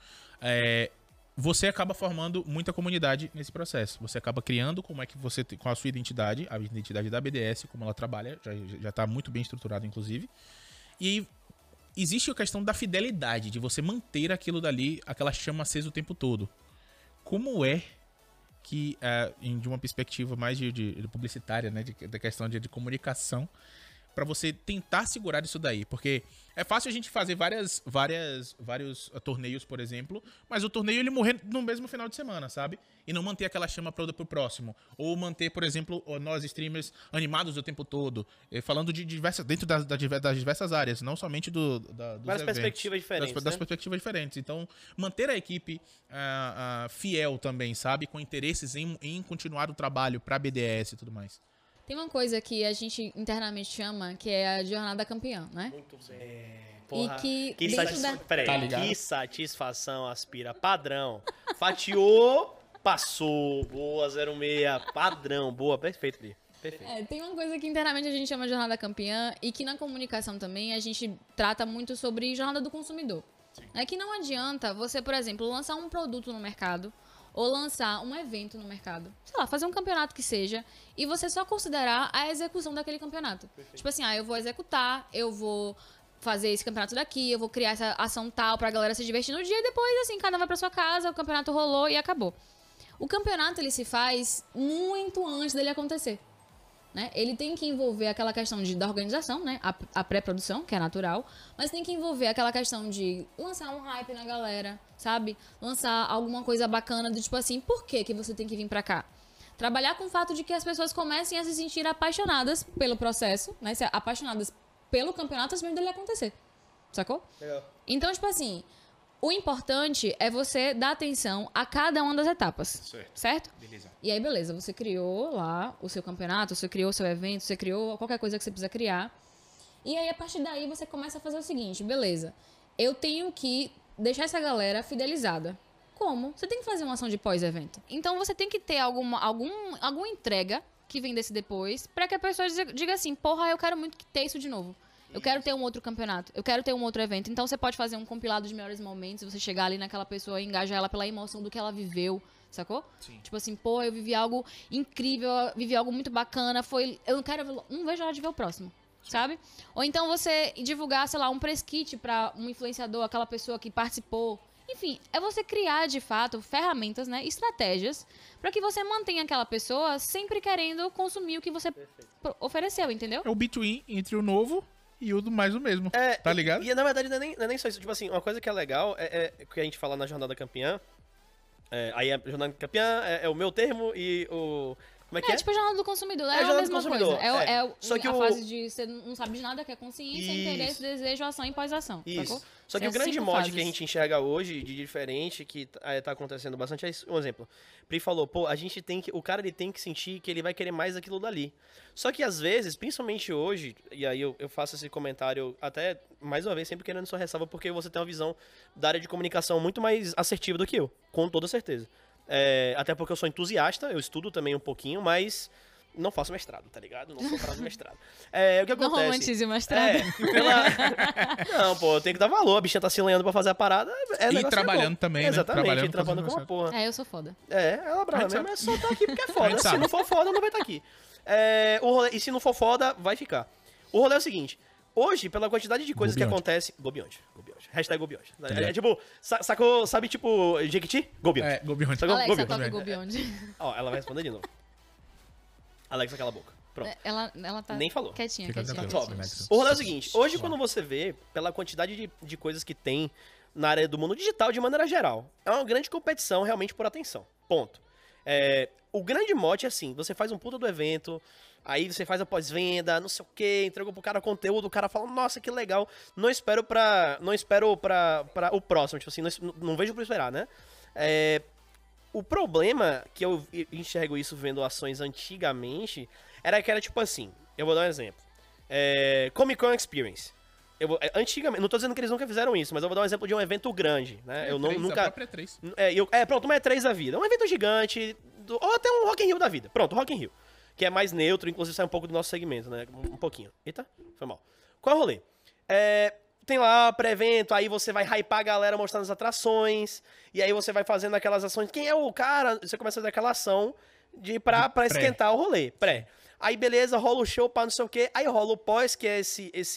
você acaba formando muita comunidade nesse processo. Você acaba criando como é que você com a sua identidade, a identidade da BDS, como ela trabalha, já tá muito bem estruturado, inclusive. E existe a questão da fidelidade, de você manter aquilo dali, aquela chama acesa o tempo todo. Como é que, de uma perspectiva mais de publicitária, né, da questão de comunicação, pra você tentar segurar isso daí? Porque é fácil a gente fazer vários torneios, por exemplo, mas o torneio ele morrer no mesmo final de semana, sabe? E não manter aquela chama pro próximo. Ou manter, por exemplo, nós streamers animados o tempo todo, falando de diversas, dentro das diversas áreas, não somente dos Várias eventos, perspectivas diferentes, das né? perspectivas diferentes. Então, manter a equipe fiel também, sabe? Com interesses em continuar o trabalho pra BDS e tudo mais. Tem uma coisa que a gente internamente chama, que é a jornada campeã, né? Muito bem. Porra, que que, dentro da- Peraí, Tá ligado? que satisfação aspira padrão. Fatiou, passou. Boa, 06. Padrão, boa, perfeito, Li. Perfeito. Tem uma coisa que internamente a gente chama de jornada campeã e que na comunicação também a gente trata muito sobre jornada do consumidor. É que não adianta você, por exemplo, lançar um produto no mercado ou lançar um evento no mercado. Sei lá, fazer um campeonato que seja e você só considerar a execução daquele campeonato. Tipo assim, eu vou executar, eu vou fazer esse campeonato daqui, eu vou criar essa ação tal pra galera se divertir no dia e depois, assim, cada um vai pra sua casa, o campeonato rolou e acabou. O campeonato, ele se faz muito antes dele acontecer. Né? Ele tem que envolver aquela questão da organização, né? A pré-produção, que é natural, mas tem que envolver aquela questão de lançar um hype na galera, sabe? Lançar alguma coisa bacana do tipo assim, por que você tem que vir pra cá? Trabalhar com o fato de que as pessoas comecem a se sentir apaixonadas pelo processo, né? Apaixonadas pelo campeonato antes mesmo dele acontecer. Sacou? Legal. Então, tipo assim, o importante é você dar atenção a cada uma das etapas. Certo? Beleza. E aí, beleza, você criou lá o seu campeonato, você criou o seu evento, você criou qualquer coisa que você precisa criar. E aí, a partir daí, você começa a fazer o seguinte, beleza, eu tenho que deixar essa galera fidelizada. Como? Você tem que fazer uma ação de pós-evento. Então, você tem que ter alguma entrega que vem desse depois, pra que a pessoa diga assim, porra, eu quero muito ter isso de novo. Eu quero ter um outro campeonato, eu quero ter um outro evento. Então, você pode fazer um compilado de melhores momentos, você chegar ali naquela pessoa e engajar ela pela emoção do que ela viveu, sacou? Sim. Tipo assim, pô, eu vivi algo incrível, eu vivi algo muito bacana, eu não vejo a hora de ver o próximo. Sabe? Ou então você divulgar, sei lá, um press kit pra um influenciador, aquela pessoa que participou. Enfim, é você criar, de fato, ferramentas, né, estratégias, pra que você mantenha aquela pessoa sempre querendo consumir o que você ofereceu, entendeu? É o between entre o novo e o do mais o mesmo. Tá ligado? E na verdade não é nem só isso. Tipo assim, uma coisa que é legal é que a gente fala na Jornada Campeã. Aí a Jornada Campeã é o meu termo e o... Como é que é? Tipo a jornada do consumidor, é a jornada do mesma consumidor, coisa. Só que a fase de você não sabe de nada, que é consciência, Isso. interesse, desejo, ação e pós-ação. Isso. Sacou? Só que São o grande 5 mote fases. que a gente enxerga hoje de diferente, que tá acontecendo bastante, é isso. Um exemplo. Pri falou, pô, o cara ele tem que sentir que ele vai querer mais aquilo dali. Só que às vezes, principalmente hoje, e aí eu faço esse comentário até, mais uma vez, sempre querendo sua ressalva, porque você tem uma visão da área de comunicação muito mais assertiva do que eu, com toda certeza. Até porque eu sou entusiasta, eu estudo também um pouquinho, mas não faço mestrado, tá ligado? Não sou para do mestrado. O que acontece? Não romantize o mestrado. Não, pô, eu tenho que dar valor. A bichinha tá se lenhando pra fazer a parada. E trabalhando também, né? Exatamente, e Trabalhando trabalhando com uma porra. Eu sou foda. Ela brava A gente mesmo, é só tá aqui porque é foda. gente Se sabe. não for foda, não vai estar aqui. O rolê, e se não for foda, vai ficar. O rolê é o seguinte. Hoje, pela quantidade de coisas que acontece... Gobionde. Hashtag Gobionde. É tipo, sacou, sabe tipo, Jequiti? Gobionde. Gobionde. Sacou? Alexa, Gobionde. toca o Gobionde. Ó, ela vai responder de novo. Alexa, cala a boca. Pronto. Ela tá Nem falou. quietinha, Fica quietinha. tranquilo. Top. Alexa. O rolê é o seguinte, hoje quando você vê, pela quantidade de coisas que tem na área do mundo digital de maneira geral, é uma grande competição realmente por atenção. Ponto. O grande mote é assim, você faz um puta do evento, aí você faz a pós-venda, não sei o que, entregou pro cara conteúdo, o cara fala, nossa, que legal, não espero pra o próximo, tipo assim, não vejo pra esperar, né? O problema, que eu enxergo isso vendo ações antigamente, era que era tipo assim, eu vou dar um exemplo. Comic Con Experience. Antigamente, não tô dizendo que eles nunca fizeram isso, mas eu vou dar um exemplo de um evento grande, né? A própria 3. Pronto, uma E3 da vida. Um evento gigante, ou até um Rock in Rio da vida. Pronto, Rock in Rio. Que é mais neutro, inclusive sai um pouco do nosso segmento, né? Um pouquinho. Eita, foi mal. Qual é o rolê? Tem lá pré-evento, aí você vai hypar a galera mostrando as atrações, e aí você vai fazendo aquelas ações. Quem é o cara? Você começa a fazer aquela ação pra esquentar o rolê. Aí beleza, rola o show, pá, não sei o quê. Aí rola o pós, que é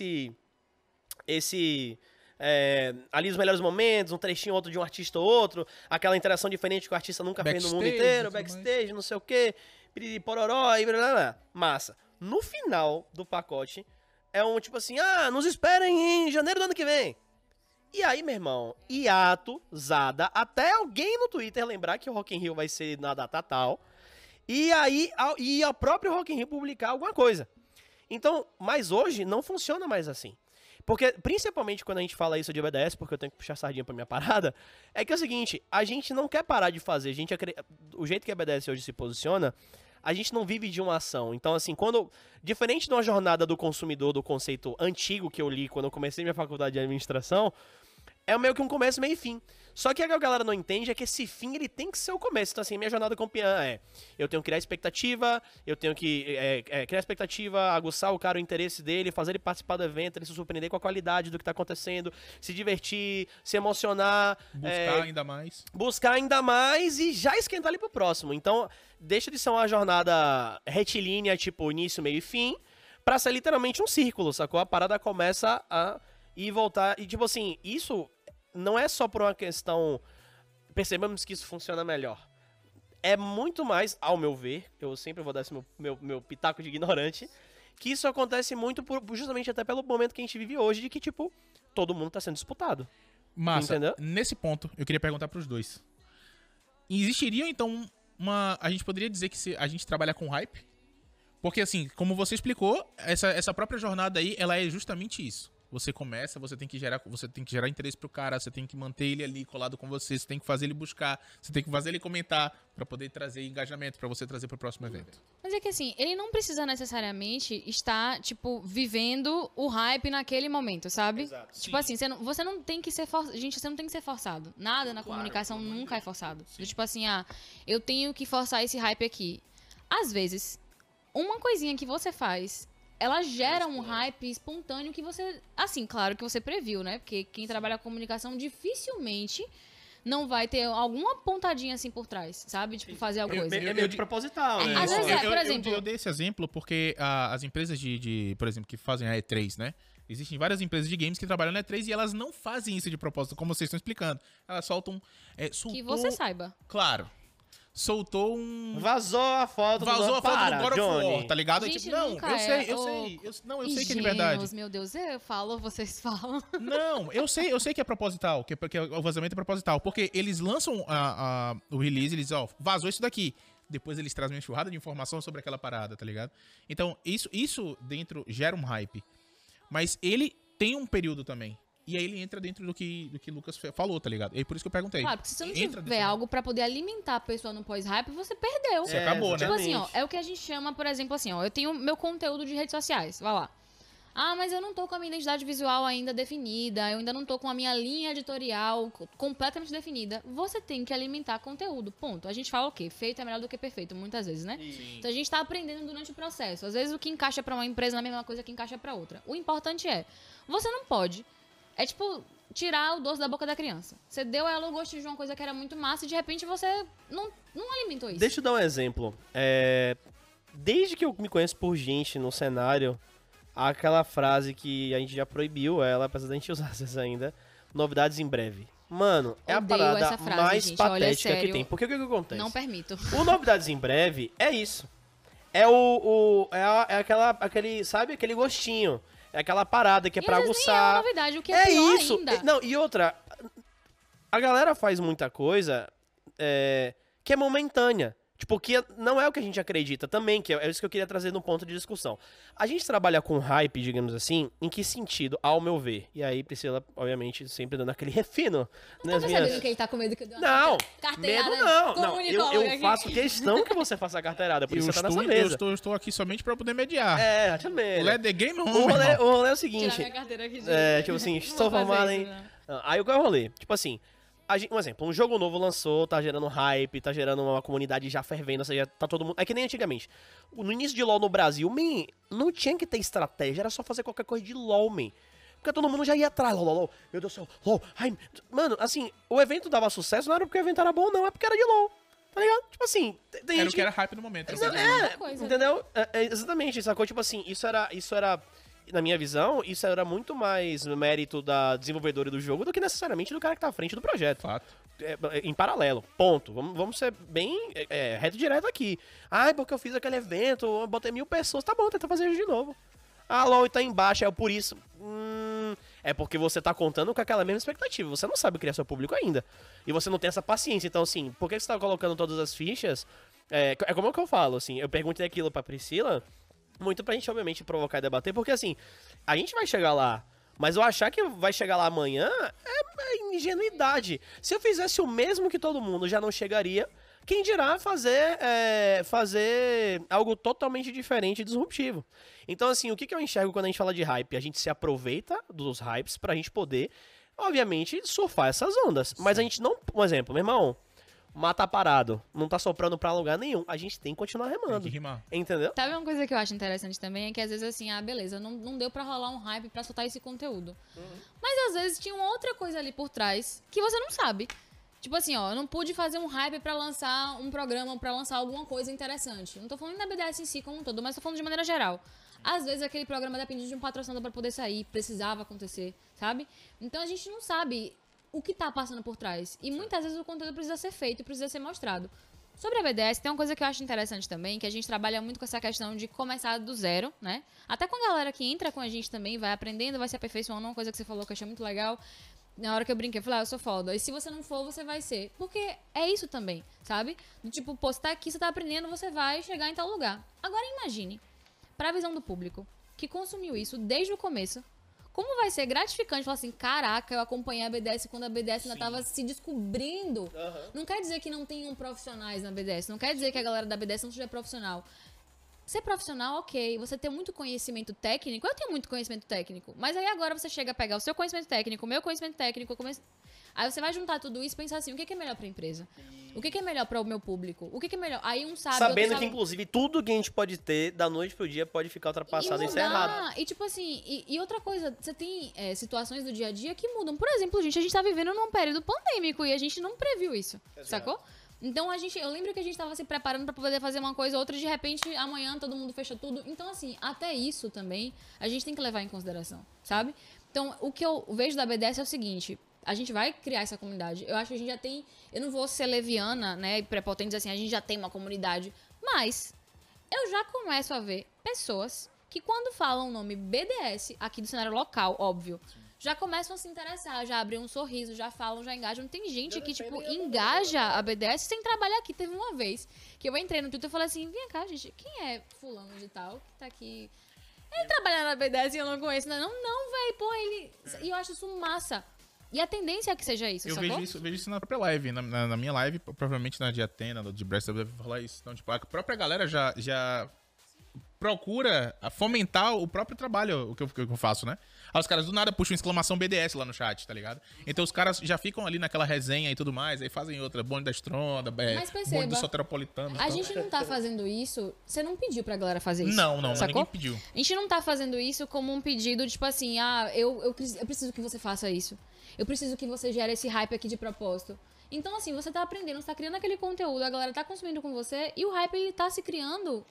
ali os melhores momentos, um trechinho outro de um artista ou outro, aquela interação diferente que o artista nunca fez no mundo Backstage, inteiro, tudo backstage, não sei o quê, piriri, pororó, e blá, blá, blá. Massa. No final do pacote, é um tipo assim, nos esperem em janeiro do ano que vem. E aí, meu irmão, hiato, zada, até alguém no Twitter lembrar que o Rock in Rio vai ser na data tal, e aí a própria Rock in Rio publicar alguma coisa. Então, mas hoje não funciona mais assim. Porque, principalmente quando a gente fala isso de BDS, porque eu tenho que puxar a sardinha pra minha parada, é que é o seguinte, a gente não quer parar de fazer, o jeito que a BDS hoje se posiciona, a gente não vive de uma ação. Então, assim, diferente de uma jornada do consumidor, do conceito antigo que eu li quando eu comecei minha faculdade de administração, é meio que um começo, meio e fim. Só que a galera não entende é que esse fim, ele tem que ser o começo. Então, assim, minha jornada campeã eu tenho que criar expectativa, eu tenho que criar expectativa, aguçar o cara, o interesse dele, fazer ele participar do evento, ele se surpreender com a qualidade do que tá acontecendo, se divertir, se emocionar. Buscar ainda mais e já esquentar ali pro próximo. Então, deixa de ser uma jornada retilínea, tipo início, meio e fim, pra ser literalmente um círculo, sacou? A parada começa a ir e voltar. E, tipo assim, isso não é só por uma questão... Percebemos que isso funciona melhor. É muito mais, ao meu ver, eu sempre vou dar esse meu pitaco de ignorante, que isso acontece muito justamente até pelo momento que a gente vive hoje, de que, tipo, todo mundo tá sendo disputado. Massa, entendeu? Nesse ponto, eu queria perguntar pros dois. Existiria, então, A gente poderia dizer que a gente trabalha com hype? Porque, assim, como você explicou, essa própria jornada aí, ela é justamente isso. Você começa, você tem que gerar interesse pro cara, você tem que manter ele ali colado com você tem que fazer ele buscar, você tem que fazer ele comentar pra poder trazer engajamento, pra você trazer pro próximo evento. Mas é que assim, ele não precisa necessariamente estar, tipo, vivendo o hype naquele momento, sabe? Exato. Tipo assim, você não tem que ser forçado. Gente, você não tem que ser forçado. Nada na comunicação nunca é forçado. Tipo assim, eu tenho que forçar esse hype aqui. Às vezes, uma coisinha que você faz, ela gera um hype espontâneo que você... Assim, claro que você previu, né? Porque quem trabalha com comunicação dificilmente não vai ter alguma pontadinha assim por trás, sabe? Tipo, fazer alguma coisa. É meio que proposital, né? Às vezes por exemplo... Eu dei esse exemplo porque as empresas por exemplo, que fazem a E3, né? Existem várias empresas de games que trabalham na E3 e elas não fazem isso de propósito, como vocês estão explicando. Elas soltam... Que você saiba. Claro. Soltou um... Vazou a foto do God of War, tá ligado? Gente, Tipo, não, nunca eu sei. é. Eu sei que é de verdade. Meu Deus, eu falo, vocês falam. Não, eu sei que é proposital, que o vazamento é proposital, porque eles lançam o release, eles, vazou isso daqui. Depois eles trazem uma enxurrada de informação sobre aquela parada, tá ligado? Então, isso dentro gera um hype. Mas ele tem um período também. E aí ele entra dentro do que Lucas falou, tá ligado? E por isso que eu perguntei. Claro, porque se você não tiver algo pra poder alimentar a pessoa no pós-hype, você perdeu. Você acabou, né? Tipo assim, é o que a gente chama, por exemplo, assim, eu tenho meu conteúdo de redes sociais, vai lá. Mas eu não tô com a minha identidade visual ainda definida, eu ainda não tô com a minha linha editorial completamente definida. Você tem que alimentar conteúdo, ponto. A gente fala o quê? Feito é melhor do que perfeito, muitas vezes, né? Sim. Então a gente tá aprendendo durante o processo. Às vezes o que encaixa pra uma empresa não é a mesma coisa que encaixa pra outra. O importante você não pode... É tipo tirar o doce da boca da criança. Você deu a ela o gosto de uma coisa que era muito massa e de repente você não alimentou isso. Deixa eu dar um exemplo. Desde que eu me conheço por gente no cenário, há aquela frase que a gente já proibiu ela, apesar da gente usar essas ainda, novidades em breve. Mano, é a Odeio parada essa frase, mais gente. Olha, patética sério, que tem. Porque o que acontece? Não permito. O Novidades em Breve é isso. É aquele, sabe, aquele gostinho. É aquela parada que é pra às vezes nem é aguçar. uma novidade, o que é pior isso. ainda. Não, e outra, a galera faz muita coisa que é momentânea. Tipo, que não é o que a gente acredita também, que é isso que eu queria trazer no ponto de discussão. A gente trabalha com hype, digamos assim, em que sentido, ao meu ver? E aí, Priscila, obviamente, sempre dando aquele refino. Tá percebendo que ele tá com medo que eu dê uma Não, carteirada medo não. comunicóloga Eu aqui? faço questão que você faça a carteirada, por isso você tá nessa mesa. Eu estou aqui somente pra poder mediar. Também. Let the game on, O rolê é o Tirar seguinte, minha carteira aqui de... tipo assim, Não estou vou fazer formado isso, em... né? Aí o que é o rolê? Tipo assim, um exemplo, um jogo novo lançou, tá gerando hype, tá gerando uma comunidade já fervendo, ou seja, tá todo mundo... É que nem antigamente. No início de LoL no Brasil, não tinha que ter estratégia, era só fazer qualquer coisa de LoL, Porque todo mundo já ia atrás, LoL, meu Deus do céu, LoL, ai... Mano, assim, o evento dava sucesso, não era porque o evento era bom, não, é porque era de LoL. Tá ligado? Tipo assim, tem Era gente o que era hype no momento. coisa. entendeu? Exatamente, sacou? Tipo assim, isso era, na minha visão, isso era muito mais mérito da desenvolvedora do jogo do que necessariamente do cara que tá à frente do projeto. Fato. Em paralelo, ponto. Vamos ser bem reto e direto aqui. Porque eu fiz aquele evento, eu botei 1000 pessoas, tá bom, tenta fazer isso de novo. LoL tá embaixo, por isso. É porque você tá contando com aquela mesma expectativa. Você não sabe criar seu público ainda. E você não tem essa paciência. Então, assim, por que você tá colocando todas as fichas? É como é que eu falo, assim. Eu perguntei aquilo pra Priscila, muito pra gente, obviamente, provocar e debater. Porque, assim, a gente vai chegar lá. Mas eu achar que vai chegar lá amanhã é ingenuidade. Se eu fizesse o mesmo que todo mundo, já não chegaria. Quem dirá fazer algo totalmente diferente e disruptivo. Então, assim, o que eu enxergo quando a gente fala de hype? A gente se aproveita dos hypes pra gente poder, obviamente, surfar essas ondas. Mas a gente não... Um exemplo, meu irmão, mata parado, não tá soprando pra lugar nenhum. A gente tem que continuar remando. Tem que rimar. Entendeu? Sabe uma coisa que eu acho interessante também? É que às vezes assim, beleza, não deu pra rolar um hype pra soltar esse conteúdo. Mas às vezes tinha uma outra coisa ali por trás que você não sabe. Tipo assim, eu não pude fazer um hype pra lançar um programa, pra lançar alguma coisa interessante. Não tô falando da BDS em si como um todo, mas tô falando de maneira geral. Às vezes aquele programa dependia de um patrocinador pra poder sair, precisava acontecer, sabe? Então a gente não sabe o que tá passando por trás. E muitas vezes o conteúdo precisa ser feito, precisa ser mostrado. Sobre a BDS, tem uma coisa que eu acho interessante também, que a gente trabalha muito com essa questão de começar do zero, né? Até com a galera que entra com a gente também, vai aprendendo, vai se aperfeiçoando, uma coisa que você falou que eu achei muito legal. Na hora que eu brinquei, eu falei, eu sou foda. E se você não for, você vai ser. Porque é isso também, sabe? Do tipo, pô, você tá aqui, você tá aprendendo, você vai chegar em tal lugar. Agora imagine, pra visão do público, que consumiu isso desde o começo, como vai ser gratificante falar assim, caraca, eu acompanhei a BDS quando a BDS ainda tava se descobrindo. Não quer dizer que não tenham profissionais na BDS, não quer dizer que a galera da BDS não seja profissional. Ser profissional, ok. Você ter muito conhecimento técnico, eu tenho muito conhecimento técnico. Mas aí agora você chega a pegar o seu conhecimento técnico, o meu conhecimento técnico, aí você vai juntar tudo isso e pensar assim, o que é melhor pra empresa? O que é melhor para o meu público? O que é melhor? Aí um sabe, Sabendo outro que, sabe... inclusive, tudo que a gente pode ter, da noite pro dia, pode ficar ultrapassado e isso é errado. E tipo assim, e outra coisa, você tem situações do dia a dia que mudam. Por exemplo, gente, a gente tá vivendo num período pandêmico e a gente não previu isso, sacou? Então eu lembro que a gente tava se preparando pra poder fazer uma coisa ou outra, de repente, amanhã todo mundo fecha tudo. Então, assim, até isso também a gente tem que levar em consideração, sabe? Então, o que eu vejo da BDS é o seguinte: a gente vai criar essa comunidade. Eu acho que a gente já tem. Eu não vou ser leviana, né? E prepotente dizer assim, a gente já tem uma comunidade. Mas eu já começo a ver pessoas que, quando falam o nome BDS, aqui do cenário local, óbvio, já começam a se interessar, já abrem um sorriso, já falam, já engajam. Tem gente que, tipo, engaja a BDS sem trabalhar aqui. Teve uma vez que eu entrei no Twitter e falei assim, vem cá, gente, quem é fulano de tal que tá aqui? Ele trabalha na BDS e eu não conheço. Não, velho, pô, ele... E eu acho isso massa. E a tendência é que seja isso, eu sacou? vejo isso na própria live. Na minha live, provavelmente na de Atena, de Brest, deve falar isso. Então, tipo, a própria galera já procura fomentar o próprio trabalho, o que eu faço, né? Aí os caras do nada puxam exclamação BDS lá no chat, tá ligado? Então os caras já ficam ali naquela resenha e tudo mais, aí fazem outra, bonde da Estronda, bonde do Soteropolitano. A gente não tá fazendo isso, você não pediu pra galera fazer isso. Não, sacou? ninguém pediu. A gente não tá fazendo isso como um pedido, tipo assim, eu preciso que você faça isso. Eu preciso que você gere esse hype aqui de propósito. Então, assim, você tá aprendendo, você tá criando aquele conteúdo, a galera tá consumindo com você e o hype, ele tá se criando...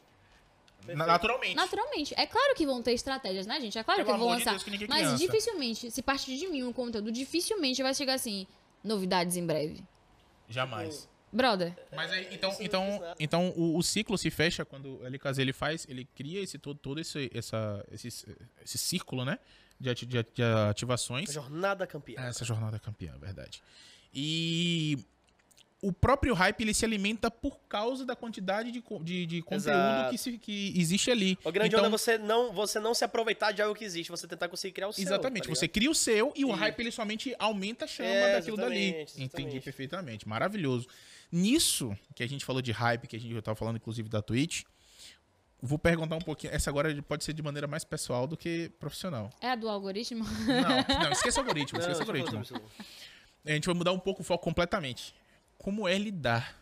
Naturalmente. É claro que vão ter estratégias, né, gente? É claro que eu vou lançar. Mas dificilmente, se partir de mim um conteúdo, dificilmente vai chegar assim, novidades em breve. Jamais. Brother. Mas aí, então o ciclo se fecha quando o LKZ ele cria todo esse círculo, né? De ativações. A jornada campeã. Essa jornada campeã, verdade. E o próprio hype, ele se alimenta por causa da quantidade de conteúdo que existe ali. O grande onda é você não se aproveitar de algo que existe, você tentar conseguir criar o seu. Exatamente, tá você cria o seu e o hype, ele somente aumenta a chama daquilo dali. Exatamente. Entendi perfeitamente, maravilhoso. Nisso, que a gente falou de hype, que a gente já tava falando inclusive da Twitch, vou perguntar um pouquinho, essa agora pode ser de maneira mais pessoal do que profissional. É a do algoritmo? Não, esqueça o algoritmo, A gente vai mudar um pouco o foco completamente. Como é lidar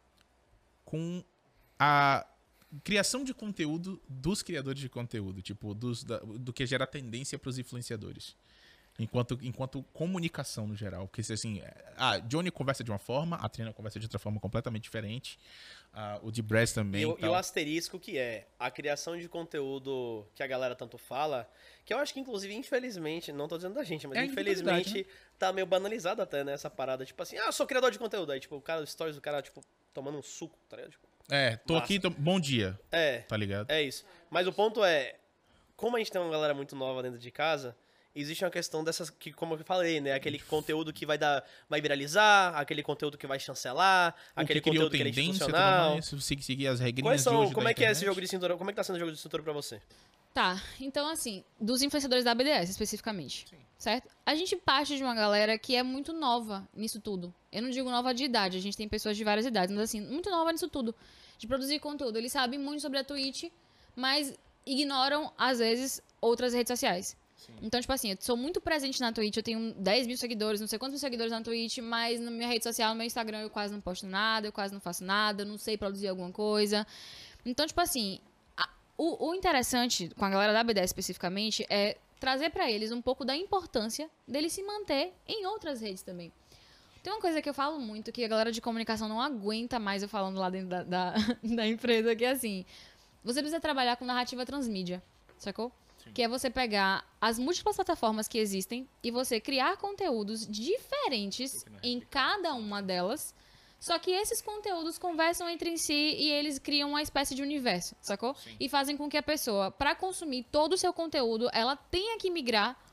com a criação de conteúdo dos criadores de conteúdo, tipo, do que gera tendência para os influenciadores, enquanto comunicação no geral, porque assim, Johnny conversa de uma forma, a Trina conversa de outra forma completamente diferente, o de Brest também. E o asterisco que é a criação de conteúdo que a galera tanto fala, que eu acho que inclusive, infelizmente, não tô dizendo da gente, mas infelizmente, né? Tá meio banalizado até, né, essa parada, tipo assim, eu sou criador de conteúdo, aí tipo, o cara, stories do cara, tipo, tomando um suco, tá ligado? Tipo, tô aqui, bom dia, tá ligado? É isso, mas o ponto é, como a gente tem uma galera muito nova dentro de casa, existe uma questão dessas, que, como eu falei, né, aquele conteúdo que vai viralizar, aquele conteúdo que vai chancelar, aquele conteúdo que é institucional. Se você seguir as regrinhas de hoje como é que é esse jogo de cintura, como é que tá sendo o jogo de cintura pra você? Tá, então assim, dos influenciadores da BDS especificamente, certo? A gente parte de uma galera que é muito nova nisso tudo. Eu não digo nova de idade, a gente tem pessoas de várias idades, mas assim, muito nova nisso tudo, de produzir conteúdo. Eles sabem muito sobre a Twitch, mas ignoram, às vezes, outras redes sociais. Então, tipo assim, eu sou muito presente na Twitch, eu tenho 10 mil seguidores, não sei quantos mil seguidores na Twitch, mas na minha rede social, no meu Instagram, eu quase não posto nada, eu quase não faço nada, eu não sei produzir alguma coisa. Então, tipo assim, o interessante com a galera da BDS especificamente é trazer pra eles um pouco da importância deles se manter em outras redes também. Tem uma coisa que eu falo muito, que a galera de comunicação não aguenta mais eu falando lá dentro da empresa, que é assim, você precisa trabalhar com narrativa transmídia, sacou? Que é você pegar as múltiplas plataformas que existem e você criar conteúdos diferentes em cada uma delas, só que esses conteúdos conversam entre si e eles criam uma espécie de universo, sacou? E fazem com que a pessoa, para consumir todo o seu conteúdo, ela tenha que migrar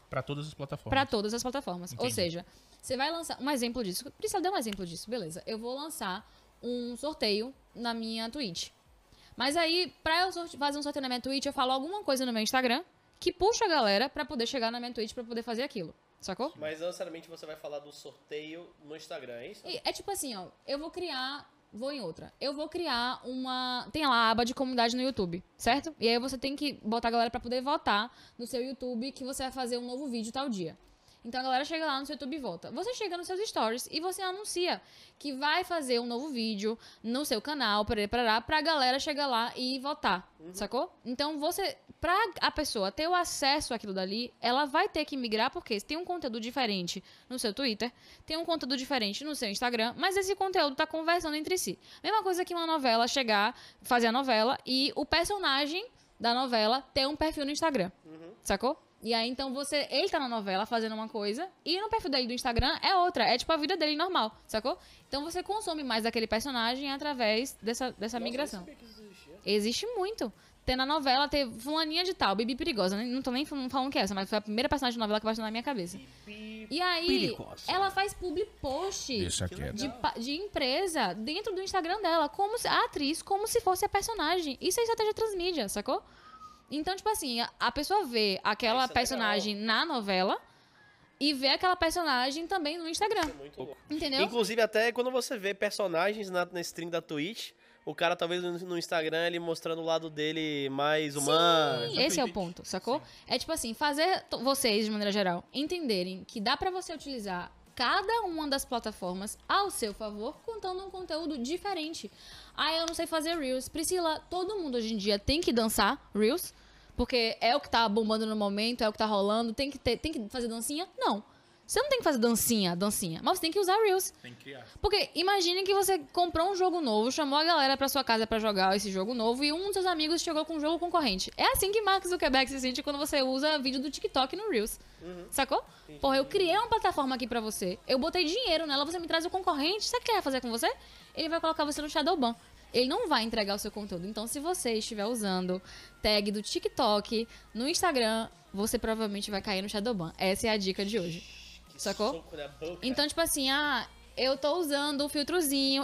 Pra todas as plataformas. Pra todas as plataformas. Ou Entendi. seja, você vai lançar um exemplo disso. Priscila deu um exemplo disso, beleza. Eu vou lançar um sorteio na minha Twitch. Mas aí, pra eu fazer um sorteio na minha Twitch, eu falo alguma coisa no meu Instagram que puxa a galera pra poder chegar na minha Twitch pra poder fazer aquilo. Sacou? Mas não necessariamente você vai falar do sorteio no Instagram, é isso? É tipo assim, ó. Vou em outra. Eu vou criar uma... Tem lá a aba de comunidade no YouTube, certo? E aí você tem que botar a galera pra poder votar no seu YouTube que você vai fazer um novo vídeo tal dia. Então a galera chega lá no seu YouTube e vota. Você chega nos seus stories e você anuncia que vai fazer um novo vídeo no seu canal, pra galera chegar lá e votar, sacou? Então pra a pessoa ter o acesso àquilo dali, ela vai ter que migrar, porque tem um conteúdo diferente no seu Twitter, tem um conteúdo diferente no seu Instagram, mas esse conteúdo tá conversando entre si. Mesma coisa que uma novela chegar, fazer a novela e o personagem da novela ter um perfil no Instagram, sacou? E aí, então, ele tá na novela fazendo uma coisa e no perfil dele do Instagram é outra. É tipo a vida dele normal, sacou? Então, você consome mais daquele personagem através dessa migração. Existe muito. Tem na novela, tem fulaninha de tal, Bibi Perigosa. Não tô nem falando que é essa, mas foi a primeira personagem de novela que passou na minha cabeça. E aí, Perigosa. ela faz public post Deixa quieto. de empresa dentro do Instagram dela, como a atriz, como se fosse a personagem. Isso é estratégia transmídia, sacou? Então, tipo assim, a pessoa vê aquela Isso é personagem na novela e vê aquela personagem também no Instagram. Muito louco. Entendeu? Inclusive, até quando você vê personagens na stream da Twitch, o cara talvez no Instagram ele mostrando o lado dele mais humano. Sim, esse é o ponto, sacou? É tipo assim, fazer vocês, de maneira geral, entenderem que dá pra você utilizar cada uma das plataformas ao seu favor, contando um conteúdo diferente. Ah, eu não sei fazer Reels. Priscila, todo mundo hoje em dia tem que dançar Reels, porque é o que tá bombando no momento, é o que tá rolando, tem que fazer dancinha? Não. Você não tem que fazer dancinha, mas você tem que usar Reels. Tem que criar. Porque imagine que você comprou um jogo novo, chamou a galera pra sua casa pra jogar esse jogo novo e um dos seus amigos chegou com um jogo concorrente. É assim que Mark Zuckerberg se sente quando você usa vídeo do TikTok no Reels. Sacou? Porra, eu criei uma plataforma aqui pra você, eu botei dinheiro nela, você me traz o concorrente, sabe o que ele vai fazer com você? Ele vai colocar você no Shadowban. Ele não vai entregar o seu conteúdo. Então, se você estiver usando tag do TikTok no Instagram, você provavelmente vai cair no Shadowban. Essa é a dica de hoje. Sacou? Soco na boca. Então, tipo assim, eu tô usando o filtrozinho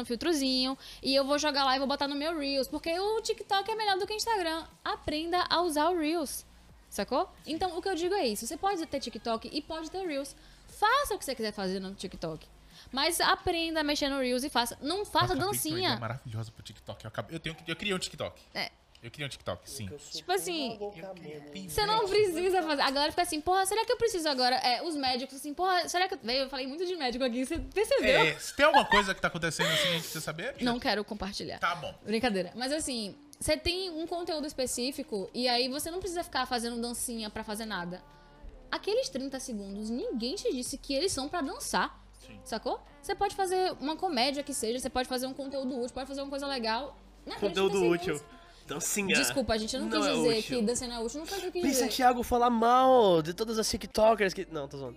e eu vou jogar lá e vou botar no meu Reels, porque o TikTok é melhor do que o Instagram. Aprenda a usar o Reels, sacou? Então, o que eu digo é isso. Você pode ter TikTok e pode ter Reels. Faça o que você quiser fazer no TikTok. Mas aprenda a mexer no Reels e faça. Não faça É dancinha. maravilhosa pro TikTok. Eu criei um TikTok. É. Eu criei um TikTok, sim. Tipo assim, você não precisa fazer. A galera fica assim, porra, será que eu preciso agora? Os médicos, assim, porra, será que eu falei muito de médico aqui, você percebeu? Se tem alguma coisa que tá acontecendo assim, a gente precisa saber? Não quero compartilhar. Tá bom. Brincadeira. Mas assim, você tem um conteúdo específico e aí você não precisa ficar fazendo dancinha pra fazer nada. Aqueles 30 segundos, ninguém te disse que eles são pra dançar. Sim. Sacou? Você pode fazer uma comédia que seja, você pode fazer um conteúdo útil, pode fazer uma coisa legal. Naqueles Conteúdo 30 útil. segundos. Dancinha. Desculpa, gente, eu não quis é dizer útil. que dancinha não é útil, não foi o que eu quis Pensa dizer. Thiago falar mal de todas as TikTokers que... Não, tô zoando.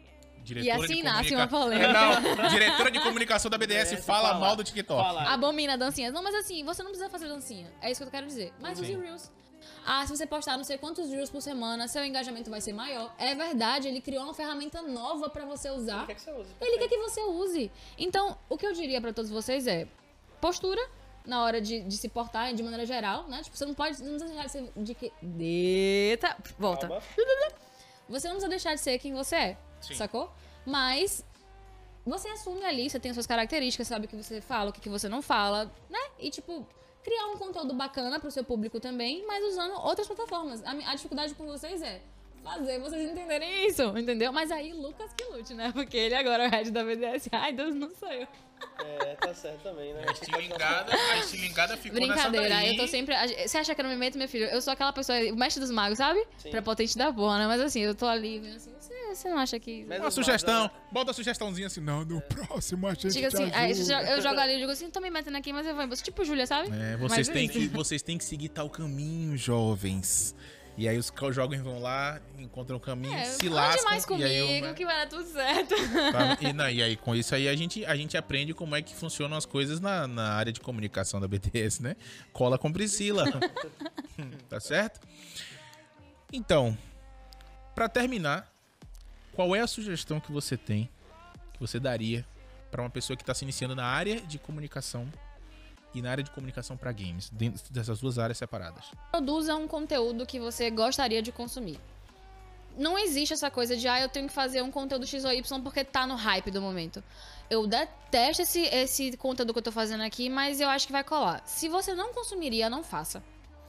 E assim nasce uma polêmica. Não, diretora de comunicação da BDS fala mal do TikTok. Fala. Abomina dancinhas. Não, mas assim, você não precisa fazer dancinha. É isso que eu quero dizer. Mas use Sim. Reels. Se você postar não sei quantos Reels por semana, seu engajamento vai ser maior. É verdade, ele criou uma ferramenta nova pra você usar. Quer que você use. Ele quer que você use. Então, o que eu diria pra todos vocês é postura na hora de se portar de maneira geral, né? Tipo, você não pode deixar de ser de que... Eita, volta. Calma. Você não precisa deixar de ser quem você é, Sim. sacou? Mas você assume ali, você tem as suas características, sabe o que você fala, o que você não fala, né? E, tipo, criar um conteúdo bacana pro seu público também, mas usando outras plataformas. A dificuldade com vocês é fazer vocês entenderem isso, entendeu? Mas aí, Lucas que lute, né? Porque ele agora é o head da BDS. Ai, Deus, não sou eu. Tá certo também, né? A estilingada ficou Brincadeira, nessa daí. eu tô sempre... Você acha que eu não me meto, meu filho? Eu sou aquela pessoa, o mestre dos magos, sabe? Sim. Prepotente da porra, né? Mas assim, eu tô ali vendo assim, você não acha que... Mas Uma sugestão. Bota a sugestãozinha assim. Não, no próximo a gente Diga te assim, aí ajuda. eu jogo ali e digo assim, tô me metendo aqui, mas eu vou embora. Tipo Júlia, sabe? Vocês Mas têm que seguir tal caminho, jovens. E aí os jovens vão lá, encontram o caminho, se ande lascam. mais e aí comigo, que vai dar tudo certo. e aí, com isso aí, a gente aprende como é que funcionam as coisas na área de comunicação da BTS, né? Cola com Priscila. Tá certo? Então, Pra terminar, qual é a sugestão que você tem, que você daria pra uma pessoa que tá se iniciando na área de comunicação e na área de comunicação pra games, dentro dessas duas áreas separadas? Produza um conteúdo que você gostaria de consumir. Não existe essa coisa de, eu tenho que fazer um conteúdo X ou Y porque tá no hype do momento. Eu detesto esse conteúdo que eu tô fazendo aqui, mas eu acho que vai colar. Se você não consumiria, não faça.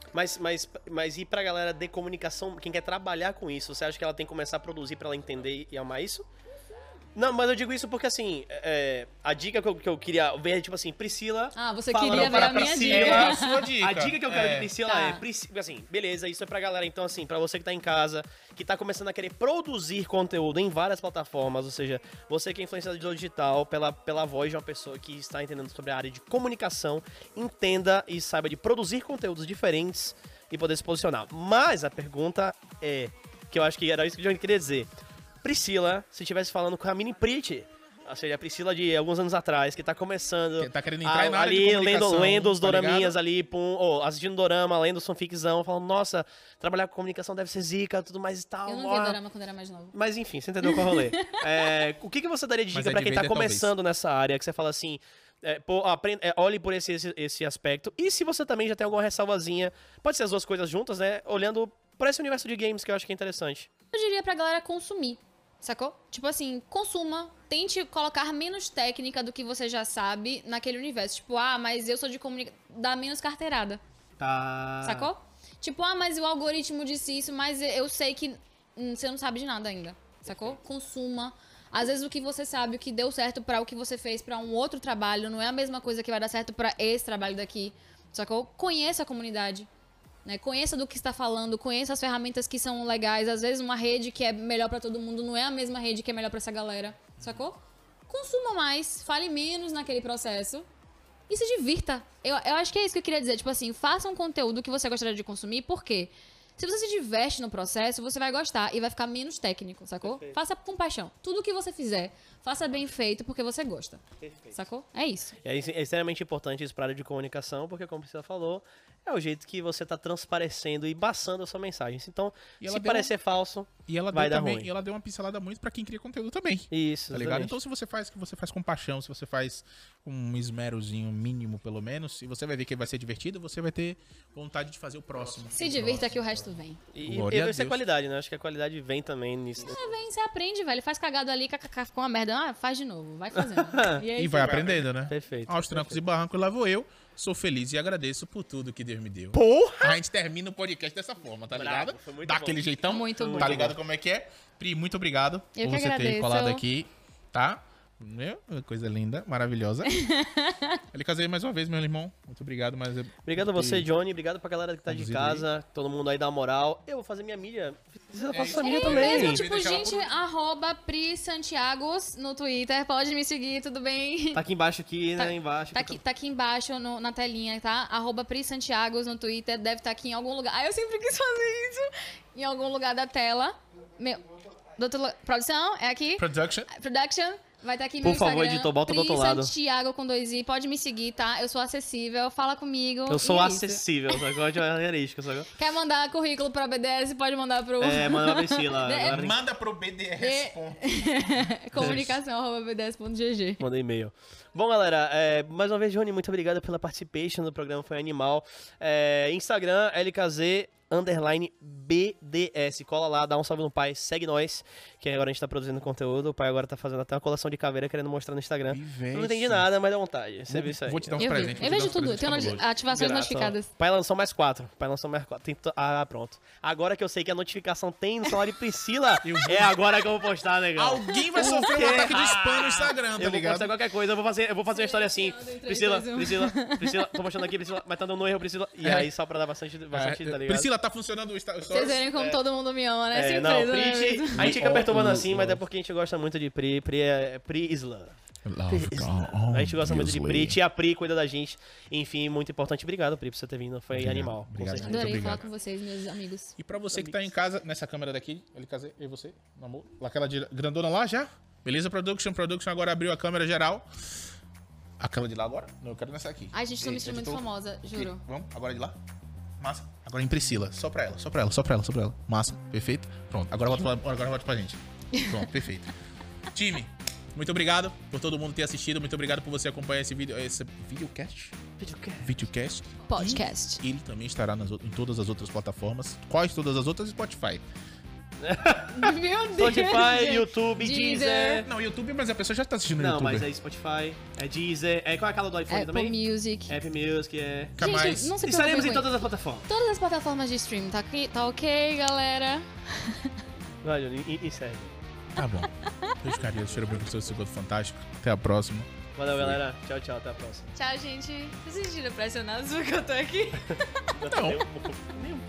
Mas e pra galera de comunicação, quem quer trabalhar com isso, você acha que ela tem que começar a produzir pra ela entender e amar isso? Não, mas eu digo isso porque, assim, a dica que eu queria ver é, tipo assim, Priscila... Você falando queria ver para a minha Priscila. dica. A sua dica. A dica que eu quero de Priscila Tá. assim, beleza, isso é pra galera. Então, assim, pra você que tá em casa, que tá começando a querer produzir conteúdo em várias plataformas, ou seja, você que é influenciador digital, pela voz de uma pessoa que está entendendo sobre a área de comunicação, entenda e saiba de produzir conteúdos diferentes e poder se posicionar. Mas a pergunta é, que eu acho que era isso que o Johnny queria dizer. Priscila, se estivesse falando com a Mini Prit, ou seja, a Priscila de alguns anos atrás, que tá começando... Que tá querendo entrar na área de ali, comunicação, lendo os tá doraminhas ligado? ali, assistindo dorama, lendo os fanficzão, falando, nossa, trabalhar com comunicação deve ser zica, tudo mais e tal. Eu não vi dorama quando era mais novo. Mas enfim, você entendeu qual é o rolê. O que você daria de Mas dica é pra de quem tá vender, começando nessa área, que você fala assim, olhe por esse aspecto, e se você também já tem alguma ressalvazinha, pode ser as duas coisas juntas, né, olhando por esse universo de games que eu acho que é interessante. Eu diria pra galera consumir, sacou? Tipo assim, consuma, tente colocar menos técnica do que você já sabe naquele universo. Tipo, mas eu sou de comunicação, dá menos carteirada, Tá. sacou? Tipo, mas o algoritmo disse isso, mas eu sei que você não sabe de nada ainda, sacou? Consuma. Às vezes o que você sabe, o que deu certo pra o que você fez pra um outro trabalho, não é a mesma coisa que vai dar certo pra esse trabalho daqui, sacou? Conheça a comunidade. Né? Conheça do que está falando, conheça as ferramentas que são legais. Às vezes uma rede que é melhor pra todo mundo não é a mesma rede que é melhor pra essa galera, sacou? Consuma mais, fale menos naquele processo e se divirta. Eu acho que é isso que eu queria dizer. Tipo assim, faça um conteúdo que você gostaria de consumir, por quê? Se você se diverte no processo, você vai gostar e vai ficar menos técnico, sacou? Perfeito. Faça com paixão. Tudo que você fizer, faça bem feito porque você gosta, Perfeito. sacou? É isso. É extremamente importante isso para a área de comunicação, porque, como você falou, é o jeito que você está transparecendo e passando a sua mensagem. Então, E ela se deu parecer falso, E ela vai deu dar também, ruim. e ela deu uma pincelada muito pra quem cria conteúdo também. Isso, Tá ligado? Então, se você faz com paixão, se você faz com um esmerozinho mínimo, pelo menos, e você vai ver que vai ser divertido, você vai ter vontade de fazer o próximo. Se divirta que o resto vem. E Glória a isso é Deus. qualidade, né? Acho que a qualidade vem também nisso. Vem, você aprende, velho. Faz cagado ali, ficou uma merda. Faz de novo. Vai fazendo. E é E isso. vai aprendendo, né? Perfeito. Aos trancos e barrancos lá vou eu. Sou feliz e agradeço por tudo que Deus me deu. Porra! A gente termina o podcast dessa forma, tá Bravo, ligado? foi muito Dá bom. aquele jeitão. Muito bom. Tá ligado como é que é? Pri, muito obrigado Eu por que você ter agradeço. colado aqui, tá? Meu, coisa linda, maravilhosa. Ele casei mais uma vez, meu irmão. Muito obrigado. Obrigado a você, Johnny. Obrigado pra galera que tá de Conduzido casa. Todo mundo aí dá uma moral. Eu vou fazer minha mídia. Você faz sua mídia É também. mesmo, tipo, Deixa ela gente, por- @PriSantiagos no Twitter. Pode me seguir, tudo bem? Tá aqui embaixo, Tá- né? Embaixo. Tá aqui embaixo na telinha, tá? @PriSantiagos no Twitter. Deve estar aqui em algum lugar. Eu sempre quis fazer isso. Em algum lugar da tela. Produção, é aqui? Production. Production. Vai estar aqui Por meu favor, Instagram. editor, bota do outro lado. Santiago com 2i. Pode me seguir, tá? Eu sou acessível. Fala comigo. Eu sou e é isso. acessível, sacou? De característica, sacou? Quer mandar currículo pra BDS? Pode mandar pro Manda pra Priscila. É, Agora Manda pro BDS. comunicação@bds.gg. manda e-mail. Bom, galera, mais uma vez, Johnny, muito obrigado pela participation do programa, foi animal. Instagram, LKZ_BDS. Cola lá, dá um salve no pai, segue nós, que agora a gente tá produzindo conteúdo. O pai agora tá fazendo até uma coleção de caveira querendo mostrar no Instagram. Vivência. Não entendi nada, mas dá vontade. Você viu isso aí. Vou te dar uns Eu vi. presentes. Eu vejo tudo. Tem ativações Grato. notificadas. Pai lançou mais 4. Pronto. Agora que eu sei que a notificação tem no celular de Priscila, é agora que eu vou postar, negão. Alguém vai sofrer um ataque de spam no Instagram, tá Eu vou ligado? postar qualquer coisa, eu vou fazer uma história assim. Priscila, tô mostrando aqui, Priscila, mas tá dando um erro, Priscila. E aí, só pra dar bastante tá ligado? Priscila, tá funcionando o Vocês Stories? verem como todo mundo me ama, né? Essa Não, empresa, né? Pri, a gente fica perturbando assim, mas é porque a gente gosta muito de Pri. Pri é Pri-Isla. A gente gosta muito de Pri. Tia Pri cuida da gente. Enfim, muito importante. Obrigado, Pri, por você ter vindo. Foi animal. com Obrigado. certeza. Adorei Muito falar obrigado. com vocês, meus amigos. E pra você que tá em casa, nessa câmera daqui, ele casei, eu e você, no amor. Aquela grandona lá já? Beleza, Production agora abriu a câmera geral. Aquela de lá agora? Não, eu quero nessa aqui. Ai, gente, tô me Ei, sentindo muito editor. famosa, juro. Vamos, agora de lá? Massa. Agora em Priscila. Só pra ela, só pra ela, só pra ela, só pra ela. Massa. Perfeito. Pronto. Agora volta pra gente. Pronto, perfeito. Time, muito obrigado por todo mundo ter assistido. Muito obrigado por você acompanhar esse videocast. Podcast. E ele também estará em todas as outras plataformas. Quais todas as outras? Spotify. Meu Deus. Spotify, gente. YouTube, Deezer. Não, YouTube, mas a pessoa já tá assistindo no Não, YouTube. mas é Spotify, é Deezer. Qual é aquela do iPhone Apple também? Music. Apple Music, Que mais? Gente, não se Estaremos preocupem em com todas as plataformas. todas as plataformas de streaming, tá ok, galera? Vai, Johnny, encerre. Tá bom. Beijo, carinho. Cheiro bem com o seu segundo fantástico. Até a próxima. Valeu, galera. Tchau, tchau. Até a próxima. Tchau, gente. Vocês sentiram pressionado que eu tô aqui? Não. Nem um